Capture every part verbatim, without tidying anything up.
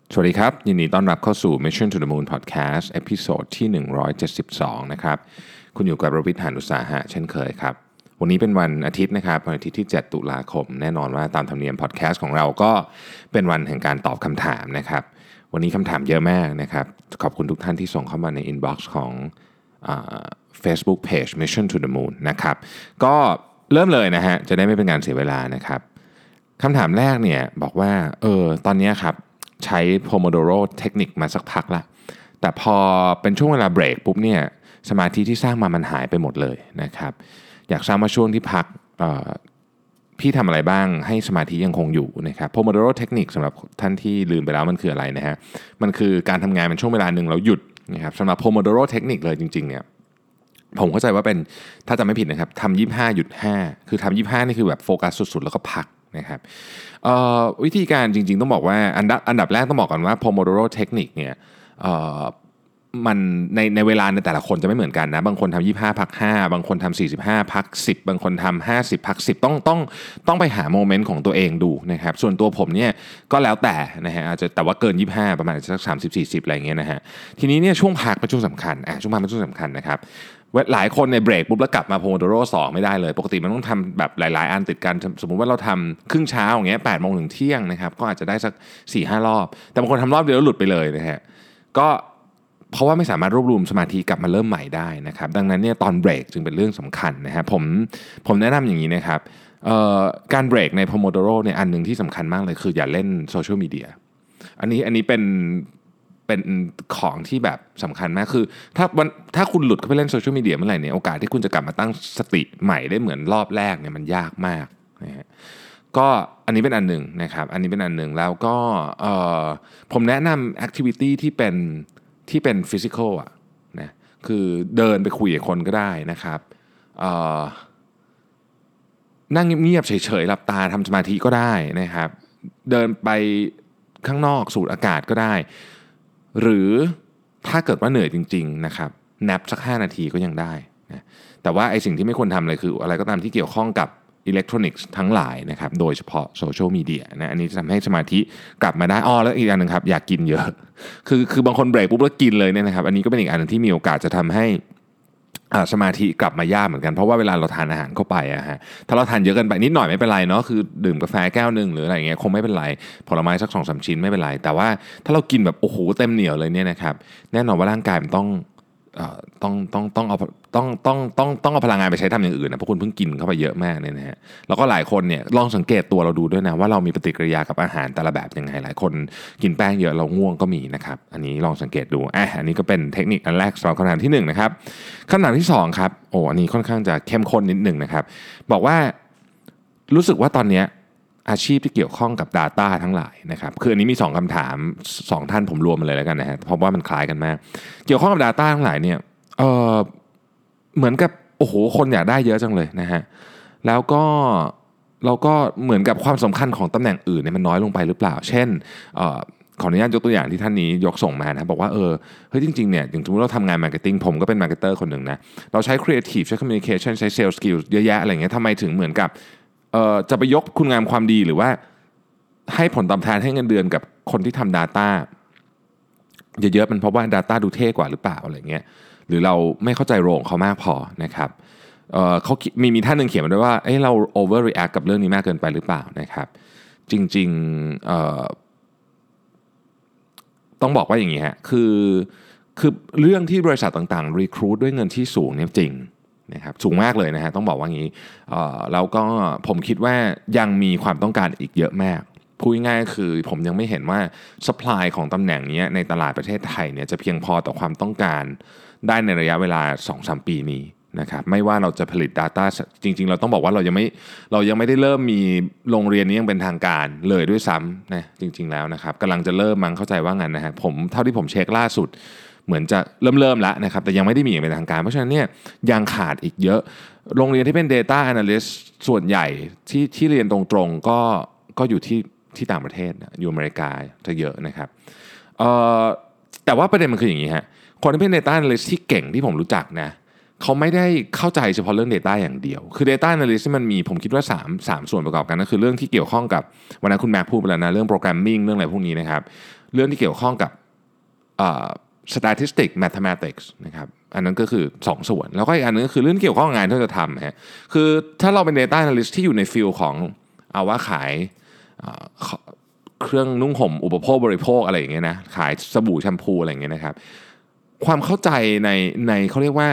สวัสดีครับยินดีต้อนรับเข้าสู่ Mission to the Moon Podcast เอพิโซดที่หนึ่งร้อยเจ็ดสิบสองนะครับคุณอยู่กับรวิทย์ หาญอุตสาหะเช่นเคยครับวันนี้เป็นวันอาทิตย์นะครับวันอาทิตย์ที่เจ็ดตุลาคมแน่นอนว่าตามธรรมเนียม Podcast ของเราก็เป็นวันแห่งการตอบคำถามนะครับวันนี้คำถามเยอะมากนะครับขอบคุณทุกท่านที่ส่งเข้ามาใน inbox ของอ่า Facebook Page Mission to the Moon นะครับก็เริ่มเลยนะฮะจะได้ไม่เป็นการเสียเวลานะครับคำถามแรกเนี่ยบอกว่าเออตอนนี้ครับใช้ Pomodoro เทคนิคมาสักพักละแต่พอเป็นช่วงเวลาเบรกปุ๊บเนี่ยสมาธิที่สร้างมามันหายไปหมดเลยนะครับอยากทราบว่าช่วงที่พักพี่ทำอะไรบ้างให้สมาธิยังคงอยู่นะครับ Pomodoro เทคนิคสำหรับท่านที่ลืมไปแล้วมันคืออะไรนะฮะมันคือการทำงานเป็นช่วงเวลาหนึ่งแล้วหยุดนะครับสำหรับ Pomodoro เทคนิคเลยจริงๆเนี่ยผมเข้าใจว่าเป็นถ้าจำไม่ผิดนะครับทำยี่สิบห้าหยุดห้าคือทำยี่สิบห้านี่คือแบบโฟกัสสุดๆแล้วก็พักนะครับวิธีการจริงๆต้องบอกว่าอันดับอันดับแรกต้องบอกก่อนว่า Pomodoro เทคนิคเนี่ยมันในในเวลาในแต่ละคนจะไม่เหมือนกันนะบางคนทำยี่สิบห้าพักห้าบางคนทำสี่สิบห้าพักสิบบางคนทำห้าสิบพักสิบต้องต้องต้องไปหาโมเมนต์ของตัวเองดูนะครับส่วนตัวผมเนี่ยก็แล้วแต่นะฮะอาจจะแต่ว่าเกินยี่สิบห้าประมาณสักสามสิบสี่สิบอะไรอย่างเงี้ยนะฮะทีนี้เนี่ยช่วงพักเป็นช่วงสำคัญอ่ะช่วงพักเป็นช่วงสำคัญนะครับหลายคนในเบรกปุ๊บแล้วกลับมา Pomodoro สองไม่ได้เลยปกติมันต้องทำแบบหลายๆอันติดกันสมมุติว่าเราทำครึ่งเช้าอย่างเงี้ยแปดโมงถึงเที่ยงนะครับก็อาจจะได้สัก สี่ห้ารอบแต่บางคนทำรอบเดียวแล้วหลุดไปเลยนะฮะก็เพราะว่าไม่สามารถรวบรวมสมาธิกลับมาเริ่มใหม่ได้นะครับดังนั้นเนี่ยตอนเบรกจึงเป็นเรื่องสำคัญนะฮะผมผมแนะนำอย่างนี้นะครับการเบรกใน Pomodoro เนี่ยอันนึงที่สำคัญมากเลยคืออย่าเล่นโซเชียลมีเดียอันนี้อันนี้เป็นเป็นของที่แบบสำคัญมากคือถ้าวันถ้าคุณหลุดเข้าไปเล่นโซเชียลมีเดียเมื่อไหร่เนี่ยโอกาสที่คุณจะกลับมาตั้งสติใหม่ได้เหมือนรอบแรกเนี่ยมันยากมากนะฮะก็อันนี้เป็นอันหนึ่งนะครับอันนี้เป็นอันหนึ่งแล้วก็ผมแนะนำแอคทิวิตี้ที่เป็นที่เป็นฟิสิกอลอ่ะนะคือเดินไปคุยกับคนก็ได้นะครับนั่งเงียบๆเฉยๆหลับตาทำสมาธิก็ได้นะครับเดินไปข้างนอกสูดอากาศก็ได้หรือถ้าเกิดว่าเหนื่อยจริงๆนะครับแนปสักห้านาทีก็ยังได้นะแต่ว่าไอ้สิ่งที่ไม่ควรทำเลยคืออะไรก็ตามที่เกี่ยวข้องกับอิเล็กทรอนิกส์ทั้งหลายนะครับโดยเฉพาะโซเชียลมีเดียนะอันนี้จะทำให้สมาธิกลับมาได้อ้อแล้วอีกอันนึงครับอยากกินเยอะคือคือบางคนเบรกปุ๊บแล้วกินเลยเนี่ยนะครับอันนี้ก็เป็นอีกอันนึงที่มีโอกาสจะทำให้สมาธิกลับมายากเหมือนกันเพราะว่าเวลาเราทานอาหารเข้าไปอะฮะถ้าเราทานเยอะเกินไปนิดหน่อยไม่เป็นไรเนาะคือดื่มกาแฟแก้วนึงหรืออะไรเงี้ยคงไม่เป็นไรผลไม้สัก สองสาม ชิ้นไม่เป็นไรแต่ว่าถ้าเรากินแบบโอ้โหเต็มเหนียวเลยเนี่ยนะครับแน่นอนว่าร่างกายมันต้องเอ่อต้องต้องต้องเอาต้องต้องต้องต้องเอาพลังงานไปใช้ทำอย่างอื่นนะเพราะคุณเพิ่งกินเข้าไปเยอะมากเนี่ยนะฮะแล้วก็หลายคนเนี่ยลองสังเกตตัวเราดูด้วยนะว่าเรามีปฏิกิริยากับอาหารแต่ละแบบยังไงหลายคนกินแป้งเยอะเราง่วงก็มีนะครับอันนี้ลองสังเกตดูอ่ะอันนี้ก็เป็นเทคนิคอันแรกสำหรับคำถามที่หนึ่งนะครับคำถามที่สองครับโอ้อันนี้ค่อนข้างจะเข้มข้นนิดหนึ่งนะครับบอกว่ารู้สึกว่าตอนนี้อาชีพที่เกี่ยวข้องกับ Data ทั้งหลายนะครับคืออันนี้มีสองคำถามสองท่านผมรวมมาเลยแล้วกันนะฮะเพราะว่ามันคล้ายกันมากเกี่ยวข้องกับ Data ทั้งหลายเนี่ยเออเหมือนกับโอ้โหคนอยากได้เยอะจังเลยนะฮะแล้วก็เราก็เหมือนกับความสำคัญของตำแหน่งอื่นเนี่ยมันน้อยลงไปหรือเปล่าเช่นเอ่อขออนุญาตยกตัวอย่างที่ท่านนี้ยกส่งมานะบอกว่าเออเฮ้ยจริงๆเนี่ยอย่างสมมติเราทำงานมาร์เก็ตติ้งผมก็เป็นมาร์เก็ตเตอร์คนหนึ่งนะเราใช้ครีเอทีฟใช้คอมมิวนิเคชันใช้เซลส์สกิลเยอะแยะอะไรอย่างเงี้ยทำไมถึงเหมือนกับเอ่อจะไปยกคุณงามความดีหรือว่าให้ผลตอบแทนให้เงินเดือนกับคนที่ทำ Data เยอะๆเป็นเพราะว่า Data ดูเท่กว่าหรือเปล่าอะไรเงี้ยหรือเราไม่เข้าใจโรงเขามากพอนะครับเอ่อเขามีมีท่านหนึ่งเขียนมาด้วยว่าเอ้ยเรา overreact กับเรื่องนี้มากเกินไปหรือเปล่านะครับจริงๆเอ่อต้องบอกว่าอย่างนี้ฮะคือคือเรื่องที่บริษัทต่างๆ recruit ด้วยเงินที่สูงเนี่ยจริงนะครับสูงมากเลยนะฮะต้องบอกว่างี้เอ่อแล้วก็ผมคิดว่ายังมีความต้องการอีกเยอะมากพูดง่ายๆคือผมยังไม่เห็นว่า supply ของตำแหน่งนี้ในตลาดประเทศไทยเนี่ยจะเพียงพอต่อความต้องการได้ในระยะเวลา สองถึงสาม ปีนี้นะครับไม่ว่าเราจะผลิต Data จริงๆเราต้องบอกว่าเรายังไม่เรายังไม่ได้เริ่มมีโรงเรียนนี้ยังเป็นทางการเลยด้วยซ้ำนะจริงๆแล้วนะครับกำลังจะเริ่มมั้งเข้าใจว่างั้นนะฮะผมเท่าที่ผมเช็คล่าสุดเหมือนจะเริ่มเริ่มแล้วนะครับแต่ยังไม่ได้มีอย่างเป็นทางการเพราะฉะนั้นเนี่ยยังขาดอีกเยอะโรงเรียนที่เป็น Data Analyst ส่วนใหญ่ที่ที่เรียนตรงๆก็ก็อยู่ที่ที่ต่างประเทศอยู่อเมริกาจะเยอะนะครับเอ่อแต่ว่าประเด็นมันคืออย่างนี้ฮะคนที่เป็น Data Analyst ที่เก่งที่ผมรู้จักนะเขาไม่ได้เข้าใจเฉพาะเรื่อง Data อย่างเดียวคือ Data Analyst มันมีผมคิดว่าสาม สามส่วนประกอบกันก็คือเรื่องที่เกี่ยวข้องกับวันนั้นคุณแม็กพูดไปแล้วนะเรื่องโปรแกรมมิ่งเรื่องอะไรพวกนี้นะครับเรื่องที่เกี่ยวข้องกับเอ่อ statistics mathematics นะครับอันนั้นก็คือสองส่วนแล้วก็อีกอันนึงก็คือเรื่องเกี่ยวข้องกับงานที่เราจะทำฮะคือถ้าเราเป็น data analyst ที่อยู่ในฟิลของเอาว่าขายเครื่องนุ่งห่มอุปโภคบริโภคอะไรอย่างเงี้ยนะขายสบู่แชมพูอะไรอย่างเงี้ยนะครับความเข้าใจในในเขาเรียกว่า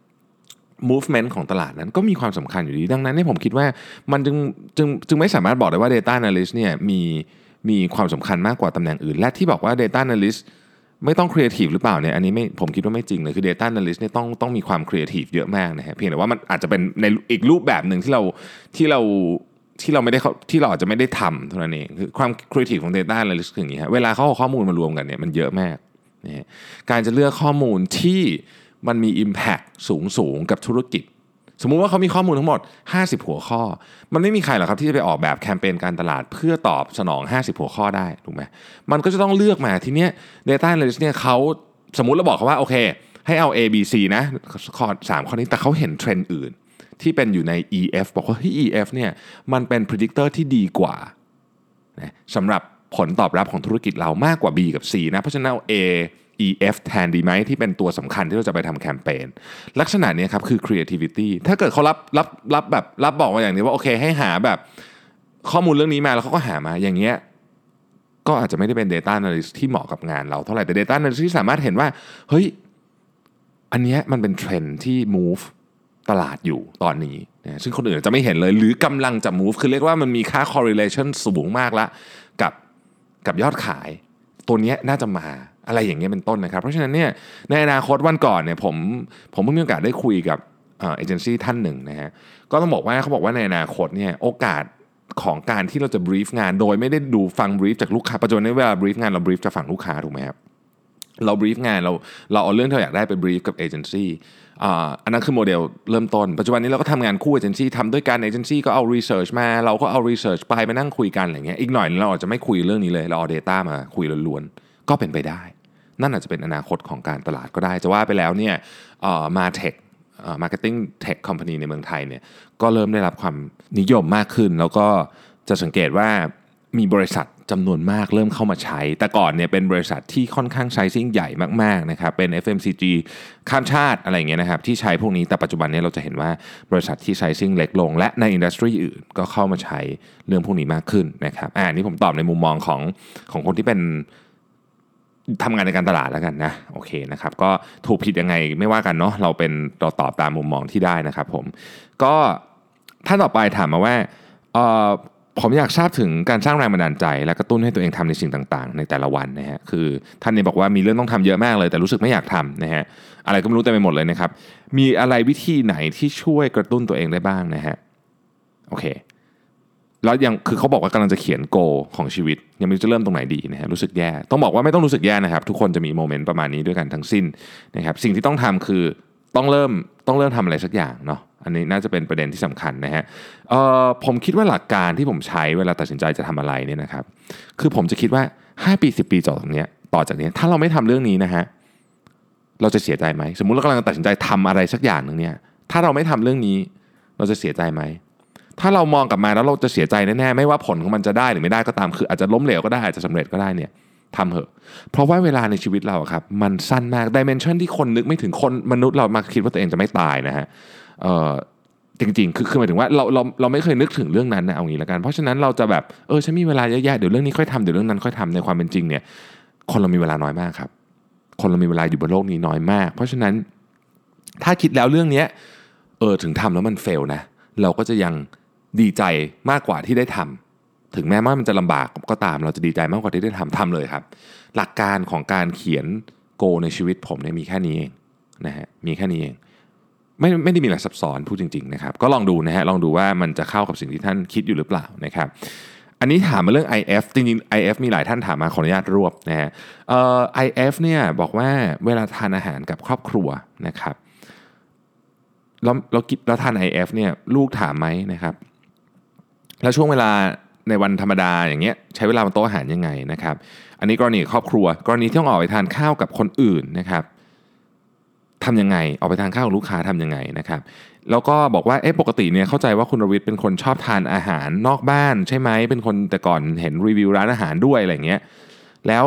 movement ของตลาดนั้นก็มีความสำคัญอยู่ดีดังนั้นเนี่ยผมคิดว่ามันจึงจึงจึงไม่สามารถบอกได้ว่า data analyst เนี่ยมีมีความสำคัญมากกว่าตำแหน่งอื่นและที่บอกว่า data analyst ไม่ต้อง creative หรือเปล่าเนี่ยอันนี้ไม่ผมคิดว่าไม่จริงเลยคือ data analyst เนี่ยต้องต้องมีความ creative เยอะมากนะฮะเพียงแต่ว่ามันอาจจะเป็นในอีกรูปแบบหนึ่งที่เราที่เราที่เราไม่ได้ที่เราอาจจะไม่ได้ทำเท่านั้นเองคือความ creative ของ data analyst คืออย่างนี้ฮะเวลาเขาเอาข้อมูลมารวมกันเนี่ยมันเยอะมากนะฮะการจะเลือกข้อมูลที่มันมี impact สูงสูงกับธุรกิจสมมุติว่าเขามีข้อมูลทั้งหมดห้าสิบหัวข้อมันไม่มีใครหรอกครับที่จะไปออกแบบแคมเปญการตลาดเพื่อตอบสนองห้าสิบหัวข้อได้ถูกไหมมันก็จะต้องเลือกมาทีเนี้ย data analyst เนี่ยเขาสมมุติเราบอกเขาว่าโอเคให้เอา A B C นะข้อสามข้อนี้แต่เขาเห็นเทรนด์อื่นที่เป็นอยู่ใน E F บอกว่า E F เนี่ยมันเป็น predictor ที่ดีกว่านะสำหรับผลตอบรับของธุรกิจเรามากกว่า B กับ C นะเพราะฉะนั้นเอา A E F แทนดีไหมที่เป็นตัวสำคัญที่เราจะไปทำแคมเปญลักษณะนี้ครับคือ creativity ถ้าเกิดเขารับรับรับแบบรับบอกมาอย่างนี้ว่าโอเคให้หาแบบข้อมูลเรื่องนี้มาแล้วเขาก็หามาอย่างเงี้ยก็อาจจะไม่ได้เป็น data analyst ที่เหมาะกับงานเราเท่าไหร่แต่ data analyst ที่สามารถเห็นว่าเฮ้ยอันเนี้ยมันเป็นเทรนด์ที่ move ตลาดอยู่ตอนนี้นะซึ่งคนอื่นจะไม่เห็นเลยหรือกำลังจะ move คือเรียกว่ามันมีค่า correlation สูงมากละกับกับยอดขายตัวนี้น่าจะมาอะไรอย่างเงี้ยเป็นต้นนะครับเพราะฉะนั้นเนี่ยในอนาคตวันก่อนเนี่ยผมผมเพิ่งมีโอกาสได้คุยกับเอเจนซี่ท่านหนึ่งนะฮะก็ต้องบอกว่าเขาบอกว่าในอนาคตเนี่ยโอกาสของการที่เราจะ brief งานโดยไม่ได้ดูฟัง brief จากลูกค้าปัจจุบันนี้เวลา brief งานเรา brief จากฝั่งลูกค้าถูกไหมครับเรา brief งานเราเราเอาเรื่องที่เราอยากได้ไป brief กับเอเจนซี่อันนั้นคือโมเดลเริ่มต้นปัจจุบันนี้เราก็ทำงานคู่เอเจนซี่ทำด้วยกันเอเจนซี่ก็เอา research มาเราก็เอา research ไปไปนั่งคุยกันอะไรเงี้ยอีกหน่อยเราอาจจะไม่คุยเรื่องนี้เลยเราเอา data มาคุยล้วนๆก็เป็นไปได้นั่นอาจจะเป็นอนาคตของการตลาดก็ได้จะว่าไปแล้วเนี่ยมาเทคมาร์เก็ตติ้งเทคคอมพานีในเมืองไทยเนี่ยก็เริ่มได้รับความนิยมมากขึ้นแล้วก็จะสังเกตว่ามีบริษัทจำนวนมากเริ่มเข้ามาใช้แต่ก่อนเนี่ยเป็นบริษัทที่ค่อนข้างไซซิ่งใหญ่มากๆนะครับเป็น เอฟ เอ็ม ซี จี ข้ามชาติอะไรอย่างเงี้ยนะครับที่ใช้พวกนี้แต่ปัจจุบันนี้เราจะเห็นว่าบริษัทที่ไซซิ่งเล็กลงและในอินดัสทรีอื่นก็เข้ามาใช้เรื่องพวกนี้มากขึ้นนะครับอ่านี่ผมตอบในมุมมองของของคนที่เป็นทำงานในการตลาดแล้วกันนะโอเคนะครับก็ถูกผิดยังไงไม่ว่ากันเนาะเราเป็นเราตอบตามมุมมองที่ได้นะครับผมก็ท่านต่อไปถามมาว่าเอ่อผมอยากทราบถึงการสร้างแรงบันดาลใจและกระตุ้นให้ตัวเองทำในสิ่งต่างๆในแต่ละวันนะฮะคือท่านนี้บอกว่ามีเรื่องต้องทำเยอะมากเลยแต่รู้สึกไม่อยากทำนะฮะอะไรก็ไม่รู้เต็มไปหมดเลยนะครับมีอะไรวิธีไหนที่ช่วยกระตุ้นตัวเองได้บ้างนะฮะโอเคแล้วยังคือเขาบอกว่ากำลังจะเขียนโกของชีวิตยังไม่รู้จะเริ่มตรงไหนดีนะฮะรู้สึกแย่ต้องบอกว่าไม่ต้องรู้สึกแย่นะครับทุกคนจะมีโมเมนต์ประมาณนี้ด้วยกันทั้งสิ้นนะครับสิ่งที่ต้องทำคือต้องเริ่มต้องเริ่มทำอะไรสักอย่างเนาะอันนี้น่าจะเป็นประเด็นที่สำคัญนะฮะเอ่อผมคิดว่าหลักการที่ผมใช้เวลาตัดสินใจจะทำอะไรเนี่ยนะครับคือผมจะคิดว่าห้าปีสิบปีต่อจากนี้ต่อจากนี้ถ้าเราไม่ทำเรื่องนี้นะฮะเราจะเสียใจไหมสมมุติเรากำลังตัดสินใจทำอะไรสักอย่างนึงเนี่ยถ้าเราไม่ทำเรื่องนี้เราจะเสียใจไหมถ้าเรามองกลับมาแล้วเราจะเสียใจแน่ๆไม่ว่าผลของมันจะได้หรือไม่ได้ก็ตามคืออาจจะล้มเหลวก็ได้อาจจะสำเร็จก็ได้เนี่ยทำเถอะเพราะว่าเวลาในชีวิตเราครับมันสั้นมากดิเมนชันที่คนนึกไม่ถึงคนมนุษย์เรามาคิดว่าตัวเองจะไม่ตายนะฮะเอ่อจริงๆคือคือหมายถึงว่าเราเราเราไม่เคยนึกถึงเรื่องนั้นนะเอางี้ละกันเพราะฉะนั้นเราจะแบบเออฉันมีเวลาเยอะแยะเดี๋ยวเรื่องนี้ค่อยทำเดี๋ยวเรื่องนั้นค่อยทำในความเป็นจริงเนี่ยคนเรามีเวลาน้อยมากครับคนเรามีเวลาอยู่บนโลกนี้น้อยมากเพราะฉะนั้นถ้าคิดแล้วเรื่องนี้เออถึงทำแล้วมันเฟลนะเราก็จะยังดีใจมากกว่าที่ได้ทำถึงแม้ว่ามันจะลำบากก็ตามเราจะดีใจมากกว่าที่ได้ทำทำเลยครับหลักการของการเขียนโกในชีวิตผมเนี่ยมีแค่นี้เองนะฮะมีแค่นี้เองไม่ไม่ได้มีอะไรซับซ้อนพูดจริงๆนะครับก็ลองดูนะฮะลองดูว่ามันจะเข้ากับสิ่งที่ท่านคิดอยู่หรือเปล่านะครับอันนี้ถามมาเรื่อง ไอ เอฟ จริงๆ ไอ เอฟ มีหลายท่านถามมาขออนุญาตรวบนะฮะเอ่อ ไอ เอฟ เนี่ยบอกว่าเวลาทานอาหารกับครอบครัวนะครับแล้วเรากินแล้วทาน ไอ เอฟ เนี่ยลูกถามไหมนะครับแล้วช่วงเวลาในวันธรรมดาอย่างเงี้ยใช้เวลาบนโต๊ะอาหารยังไงนะครับอันนี้กรณีครอบครัวกรณีที่ต้องออกไปทานข้าวกับคนอื่นนะครับทำยังไงออกไปทานข้าวกับลูกค้าทำยังไงนะครับแล้วก็บอกว่าเอ๊ะปกติเนี่ยเข้าใจว่าคุณรวิทย์เป็นคนชอบทานอาหารนอกบ้านใช่ไหมเป็นคนแต่ก่อนเห็นรีวิวร้านอาหารด้วยอะไรเงี้ยแล้ว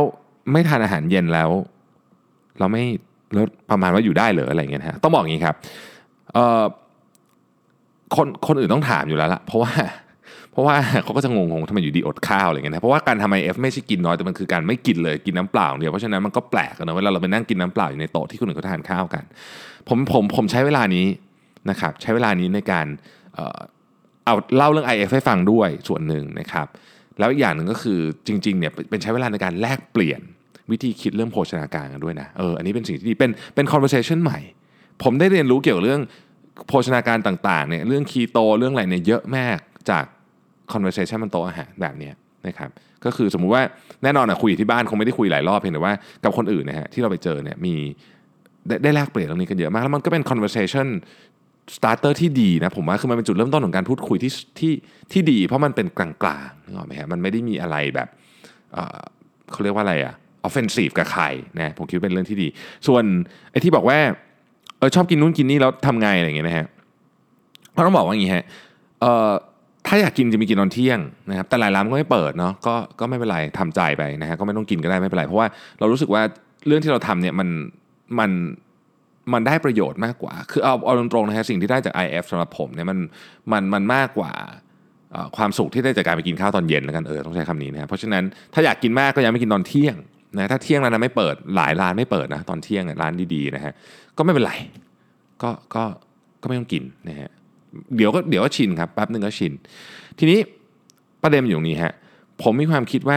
ไม่ทานอาหารเย็นแล้วเราไม่แล้วประมาณว่าอยู่ได้เหรออะไรเงี้ยฮะต้องบอกอย่างนี้ครับเอ่อคนคนอื่นต้องถามอยู่แล้วล่ะเพราะว่าเพราะว่าเขาก็จะงงๆทำไมอยู่ดีอดข้าวอะไรเงี้ยนะเพราะว่าการทำ ไอ เอฟ ไม่ใช่กินน้อยแต่มันคือการไม่กินเลยกินน้ำเปล่าเดียวเพราะฉะนั้นมันก็แปลกนะเวลาเราไปนั่งกินน้ำเปล่าอยู่ในโต๊ะที่คนอื่นเขาทานข้าวกันผมผมผมใช้เวลานี้นะครับใช้เวลานี้ในการเอ่อเอาเล่าเรื่อง ไอ เอฟ ให้ฟังด้วยส่วนหนึ่งนะครับแล้วอีกอย่างหนึ่งก็คือจริงๆเนี่ยเป็นใช้เวลาในการแลกเปลี่ยนวิธีคิดเรื่องโภชนาการกันด้วยนะเอออันนี้เป็นสิ่งที่ดีเป็นเป็น conversation ใหม่ผมได้เรียนรู้เกี่ยวกับเรื่องโภชนาการต่างๆเนี่ยเรื่องคีโตเรื่องอะไรเนี่ยเยอะมากจาก conversation บนโต๊ะอาหารแบบนี้นะครับก็คือสมมุติว่าแน่นอนนะคุยที่บ้านคงไม่ได้คุยหลายรอบเพียงแต่ว่ากับคนอื่นนะฮะที่เราไปเจอเนี่ยมีได้ได้แลกเปลี่ยนเรื่องนี้กันเยอะมากแล้วมันก็เป็น conversation starter ที่ดีนะผมว่าคือมันเป็นจุดเริ่มต้นของการพูดคุยที่ที่ที่ดีเพราะมันเป็นกลางๆนึกออกไหมฮะมันไม่ได้มีอะไรแบบเอ่อเขาเรียกว่าอะไรอะ offensive กับใครนะผมคิดว่าเป็นเรื่องที่ดีส่วนไอ้ที่บอกว่าเออชอบกินนู่นกินนี่แล้วทำไงอะไรอย่างเงี้ยนะฮะก็ต้องบอกว่าอย่างงี้ฮะเอ่อถ้าอยากกินจะมีกินตอนเที่ยงนะครับแต่หลายร้านก็ไม่เปิดเนาะก็ก็ไม่เป็นไรทำใจไปนะฮะก็ไม่ต้องกินก็ได้ไม่เป็นไรเพราะว่าเรารู้สึกว่าเรื่องที่เราทำเนี่ยมันมันมันได้ประโยชน์มากกว่าคือเอาเอาตรงๆนะฮะสิ่งที่ได้จาก ไอ เอฟ สำหรับผมเนี่ยมันมันมันมากกว่าความสุขที่ได้จากการไปกินข้าวตอนเย็นแล้วกันเออต้องใช้คำนี้นะครับเพราะฉะนั้นถ้าอยากกินมากก็ยังไม่กินตอนเที่ยงนะถ้าเที่ยงแล้วนะไม่เปิดหลายร้านไม่เปิดนะตอนเที่ยงร้านดีๆนะฮะก็ไม่เป็นไรก็ก็ก็ไม่ต้องกินนะฮะเดี๋ยวก็เดี๋ยวก็ชินครับแป๊บนึงก็ชินทีนี้ประเด็นอยู่ตรงนี้ฮะผมมีความคิดว่า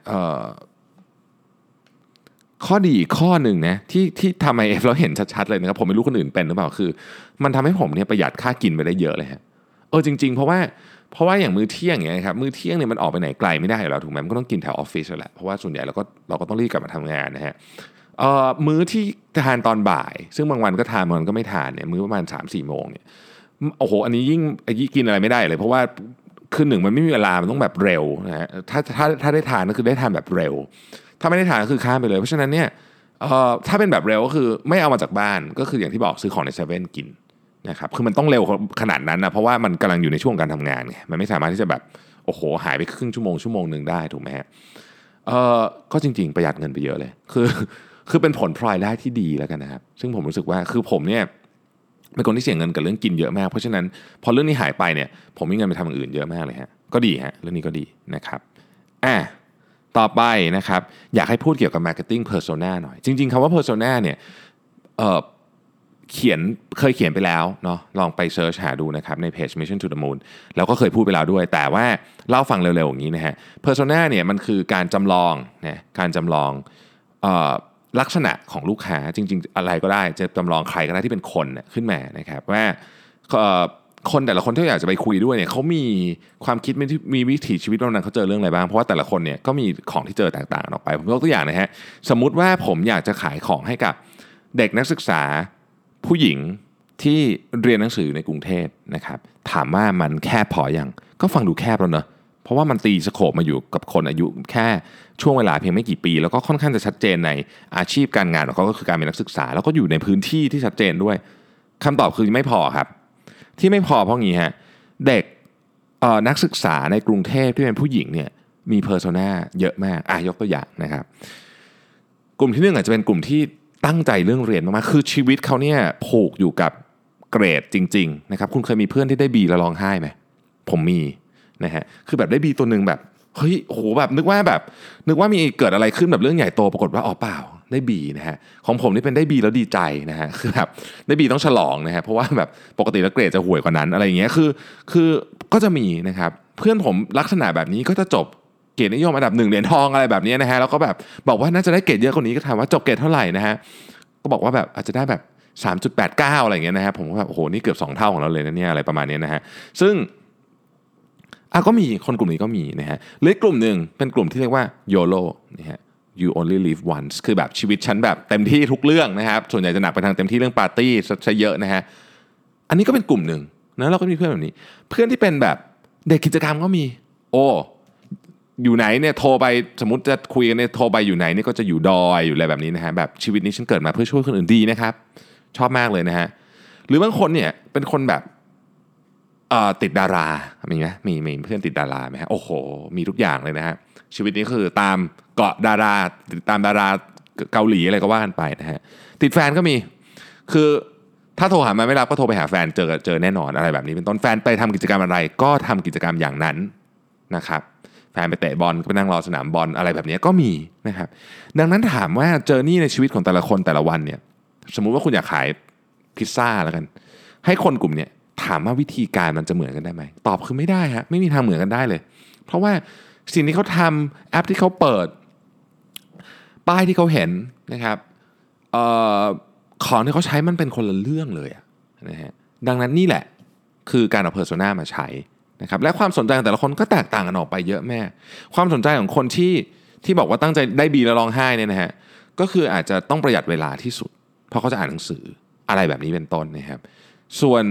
ข้อดีข้อหนึ่งนะที่ที่ทำไอเอฟเราเห็นชัดๆเลยนะครับผมไม่รู้คนอื่นเป็นหรือเปล่าคือมันทำให้ผมเนี่ยประหยัดค่ากินไปได้เยอะเลยฮะเออจริงๆเพราะว่าเพราะว่าอย่างมื้อเที่ยงอย่างเงี้ยครับมื้อเที่ยงเนี่ยมันออกไปไหนไกลไม่ได้อยู่แล้วถูกไหมมันก็ต้องกินแถวออฟฟิศแหละเพราะว่าส่วนใหญ่เราก็เราก็ต้องรีบกลับมาทำงานนะฮะเอ่อมื้อที่ทานตอนบ่ายซึ่งบางวันก็ทานบางวันก็ไม่ทานเนี่ยมื้อประมาณ สามสี่ โมงเนี่ยโอ้โหอันนี้ยิ่งกินอะไรไม่ได้เลยเพราะว่าคือหนึ่งมันไม่มีเวลามันต้องแบบเร็วนะฮะถ้าถ้าถ้าได้ทานก็คือได้ทานแบบเร็วถ้าไม่ได้ทานก็คือข้ามไปเลยเพราะฉะนั้นเนี่ยเอ่อถ้าเป็นแบบเร็วก็คือไม่เอามาจากบ้านก็คืออย่างที่บอกซื้อของในเซเว่นกินนะครับคือมันต้องเร็วขนาดนั้นนะเพราะว่ามันกำลังอยู่ในช่วงการทำงานไงมันไม่สามารถที่จะแบบโอ้โหหายไปครึ่งชั่วโมงชั่วโมงหนึ่งได้ถูกไหมฮะเอ่อก็จริงๆประหยัดเงินไปเยอะเลยคือคือเป็นผลพลอยได้ที่ดีแล้วกันนะครับซึ่งผมรู้สึกว่าคือผมเนี่ยเป็นคนที่เสียเงินกับเรื่องกินเยอะมากเพราะฉะนั้นพอเรื่องนี้หายไปเนี่ยผมมีเงินไปทำอย่างอื่นเยอะมากเลยฮะก็ดีฮะเรื่องนี้ก็ดีนะครับอ่ะต่อไปนะครับอยากให้พูดเกี่ยวกับ marketing persona หน่อยจริงๆคำว่า persona เนี่ยเอ่อเขียนเคยเขียนไปแล้วเนาะลองไปเซิร์ชหาดูนะครับในเพจ Mission to the Moon แล้วก็เคยพูดไปแล้วด้วยแต่ว่าเล่าฟังเร็วๆอย่างนี้นะฮะ persona เนี่ยมันคือการจำลองนะการจำลองเอ่อลักษณะของลูกค้าจริงๆอะไรก็ได้จะจำลองใครก็ได้ที่เป็นคนเนี่ยขึ้นมานะครับว่าเอ่อคนแต่ละคนที่อยากจะไปคุยด้วยเนี่ยเขามีความคิดมีมีวิถีชีวิตวันนั้นเขาเจอเรื่องอะไรบ้างเพราะว่าแต่ละคนเนี่ยก็มีของที่เจอต่างๆออกไปผมยกตัวอย่างนะฮะสมมุติว่าผมอยากจะขายของให้กับเด็กนักศึกษาผู้หญิงที่เรียนหนังสือในกรุงเทพนะครับถามว่ามันแคบพอยังก็ฟังดูแคบแล้วเนอะเพราะว่ามันตีสโคปมาอยู่กับคนอายุแค่ช่วงเวลาเพียงไม่กี่ปีแล้วก็ค่อนข้างจะชัดเจนในอาชีพการงานของเขาก็คือการเป็นนักศึกษาแล้วก็อยู่ในพื้นที่ที่ชัดเจนด้วยคำตอบคือไม่พอครับที่ไม่พอเพราะงี้ฮะเด็กนักศึกษาในกรุงเทพที่เป็นผู้หญิงเนี่ยมีเพอร์โซนาเยอะมากอ่ะยกตัวอย่างนะครับกลุ่มที่หนึ่งอาจจะเป็นกลุ่มที่ตั้งใจเรื่องเรียนมากๆคือชีวิตเขาเนี่ยผูกอยู่กับเกรดจริงๆนะครับคุณเคยมีเพื่อนที่ได้บีแล้วร้องไห้ไหมผมมีนะฮะคือแบบได้บีตัวหนึ่งแบบเฮ้ยโหแบบนึกว่าแบบนึกว่ามีเกิดอะไรขึ้นแบบเรื่องใหญ่โตปรากฏว่าอ๋อเปล่าได้บีนะฮะของผมนี่เป็นได้บีแล้วดีใจนะฮะคือแบบได้บีต้องฉลองนะฮะเพราะว่าแบบปกติแล้วเกรดจะห่วยกว่านั้นอะไรอย่างเงี้ยคือคือก็จะมีนะครับเพื่อนผมลักษณะแบบนี้ก็จะจบเกรดนิยมอันดับหนึ่งเหรียญทองอะไรแบบนี้นะฮะแล้วก็แบบบอกว่าน่าจะได้เกรดเยอะกว่านี้ก็ถามว่าจบเกรดเท่าไหร่นะฮะก็บอกว่าแบบอาจจะได้แบบ สามจุดแปดเก้า อะไรอย่างเงี้ยนะฮะผมก็แบบโอ้โหนี่เกือบสองเท่าของเราเลยนะเนี่ยอะไรประมาณนี้นะฮะซึ่งอ่ะก็มีคนกลุ่มนี้ก็มีนะฮะหรือกลุ่มหนึ่งเป็นกลุ่มที่เรียกว่า โย แอล โอ นะฮะ you only live once คือแบบชีวิตฉันแบบเต็มที่ทุกเรื่องนะครับส่วนใหญ่จะหนักไปทางเต็มที่เรื่องปาร์ตี้ซะเยอะนะฮะอันนี้ก็เป็นกลุ่มหนึ่งนะเราก็มีเพื่อนแบบนี้เพื่อนที่เป็นแบบเด็กกิจกรรมก็มีโอ้อยู่ไหนเนี่ยโทรไปสมมติจะคุยกันเนี่ยโทรไปอยู่ไหนนี่ก็จะอยู่ดอยอยู่อะไรแบบนี้นะฮะแบบชีวิตนี้ฉันเกิดมาเพื่อช่วยคนอื่นดีนะครับชอบมากเลยนะฮะหรือบางคนเนี่ยเป็นคนแบบติดดารามีไหมมีมีเพื่อนติดดาราไหมฮะโอ้โหมีทุกอย่างเลยนะฮะชีวิตนี้คือตามเกาะดาราติดตามดาราเกาหลีอะไรก็ว่ากันไปนะฮะติดแฟนก็มีคือถ้าโทรหามาไม่รับก็โทรไปหาแฟนเจอเจอแน่นอนอะไรแบบนี้เป็นต้นแฟนไปทำกิจกรรมอะไรก็ทำกิจกรรมอย่างนั้นนะครับแฟนไปเตะบอลก็ไปนั่งรอสนามบอลอะไรแบบนี้ก็มีนะครับดังนั้นถามว่าเจอร์นี่ในชีวิตของแต่ละคนแต่ละวันเนี่ยสมมุติว่าคุณอยากขายพิซซ่าแล้วกันให้คนกลุ่มนี้ถามว่าวิธีการมันจะเหมือนกันได้ไหมตอบคือไม่ได้ฮะไม่มีทางเหมือนกันได้เลยเพราะว่าสิ่งที่เขาทำแอปที่เขาเปิดป้ายที่เขาเห็นนะครับเอ่อของที่เขาใช้มันเป็นคนละเรื่องเลยนะฮะดังนั้นนี่แหละคือการเอาเพอร์โซนามาใช้นะครับและความสนใจของแต่ละคนก็แตกต่างกันออกไปเยอะแม่ความสนใจของคนที่ที่บอกว่าตั้งใจได้บีแล้วร้องไห้เนี่ยนะฮะก็คืออาจจะต้องประหยัดเวลาที่สุดเพราะเขาจะอ่านหนังสืออะไรแบบนี้เป็นต้นนะครับส่วน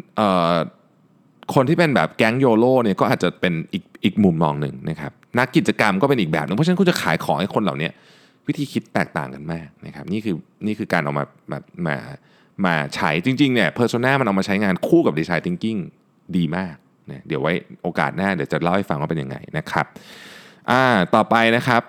คนที่เป็นแบบแก๊งโยโร่เนี่ยก็อาจจะเป็นอีกอีกมุมมองหนึ่งนะครับนักกิจกรรมก็เป็นอีกแบบนึงเพราะฉะนั้นคุณจะขายของให้คนเหล่านี้วิธีคิดแตกต่างกันมากนะครับนี่คือนี่คือการเอามามามามาใช้จริงๆเนี่ยเพอร์โซนามันเอามาใช้งานคู่กับดีไซน์ทิงกิ้งดีมากนะเดี๋ยวไว้โอกาสหน้าเดี๋ยวจะเล่าให้ฟังว่าเป็นยังไงนะครับอ่าต่อไปนะครับ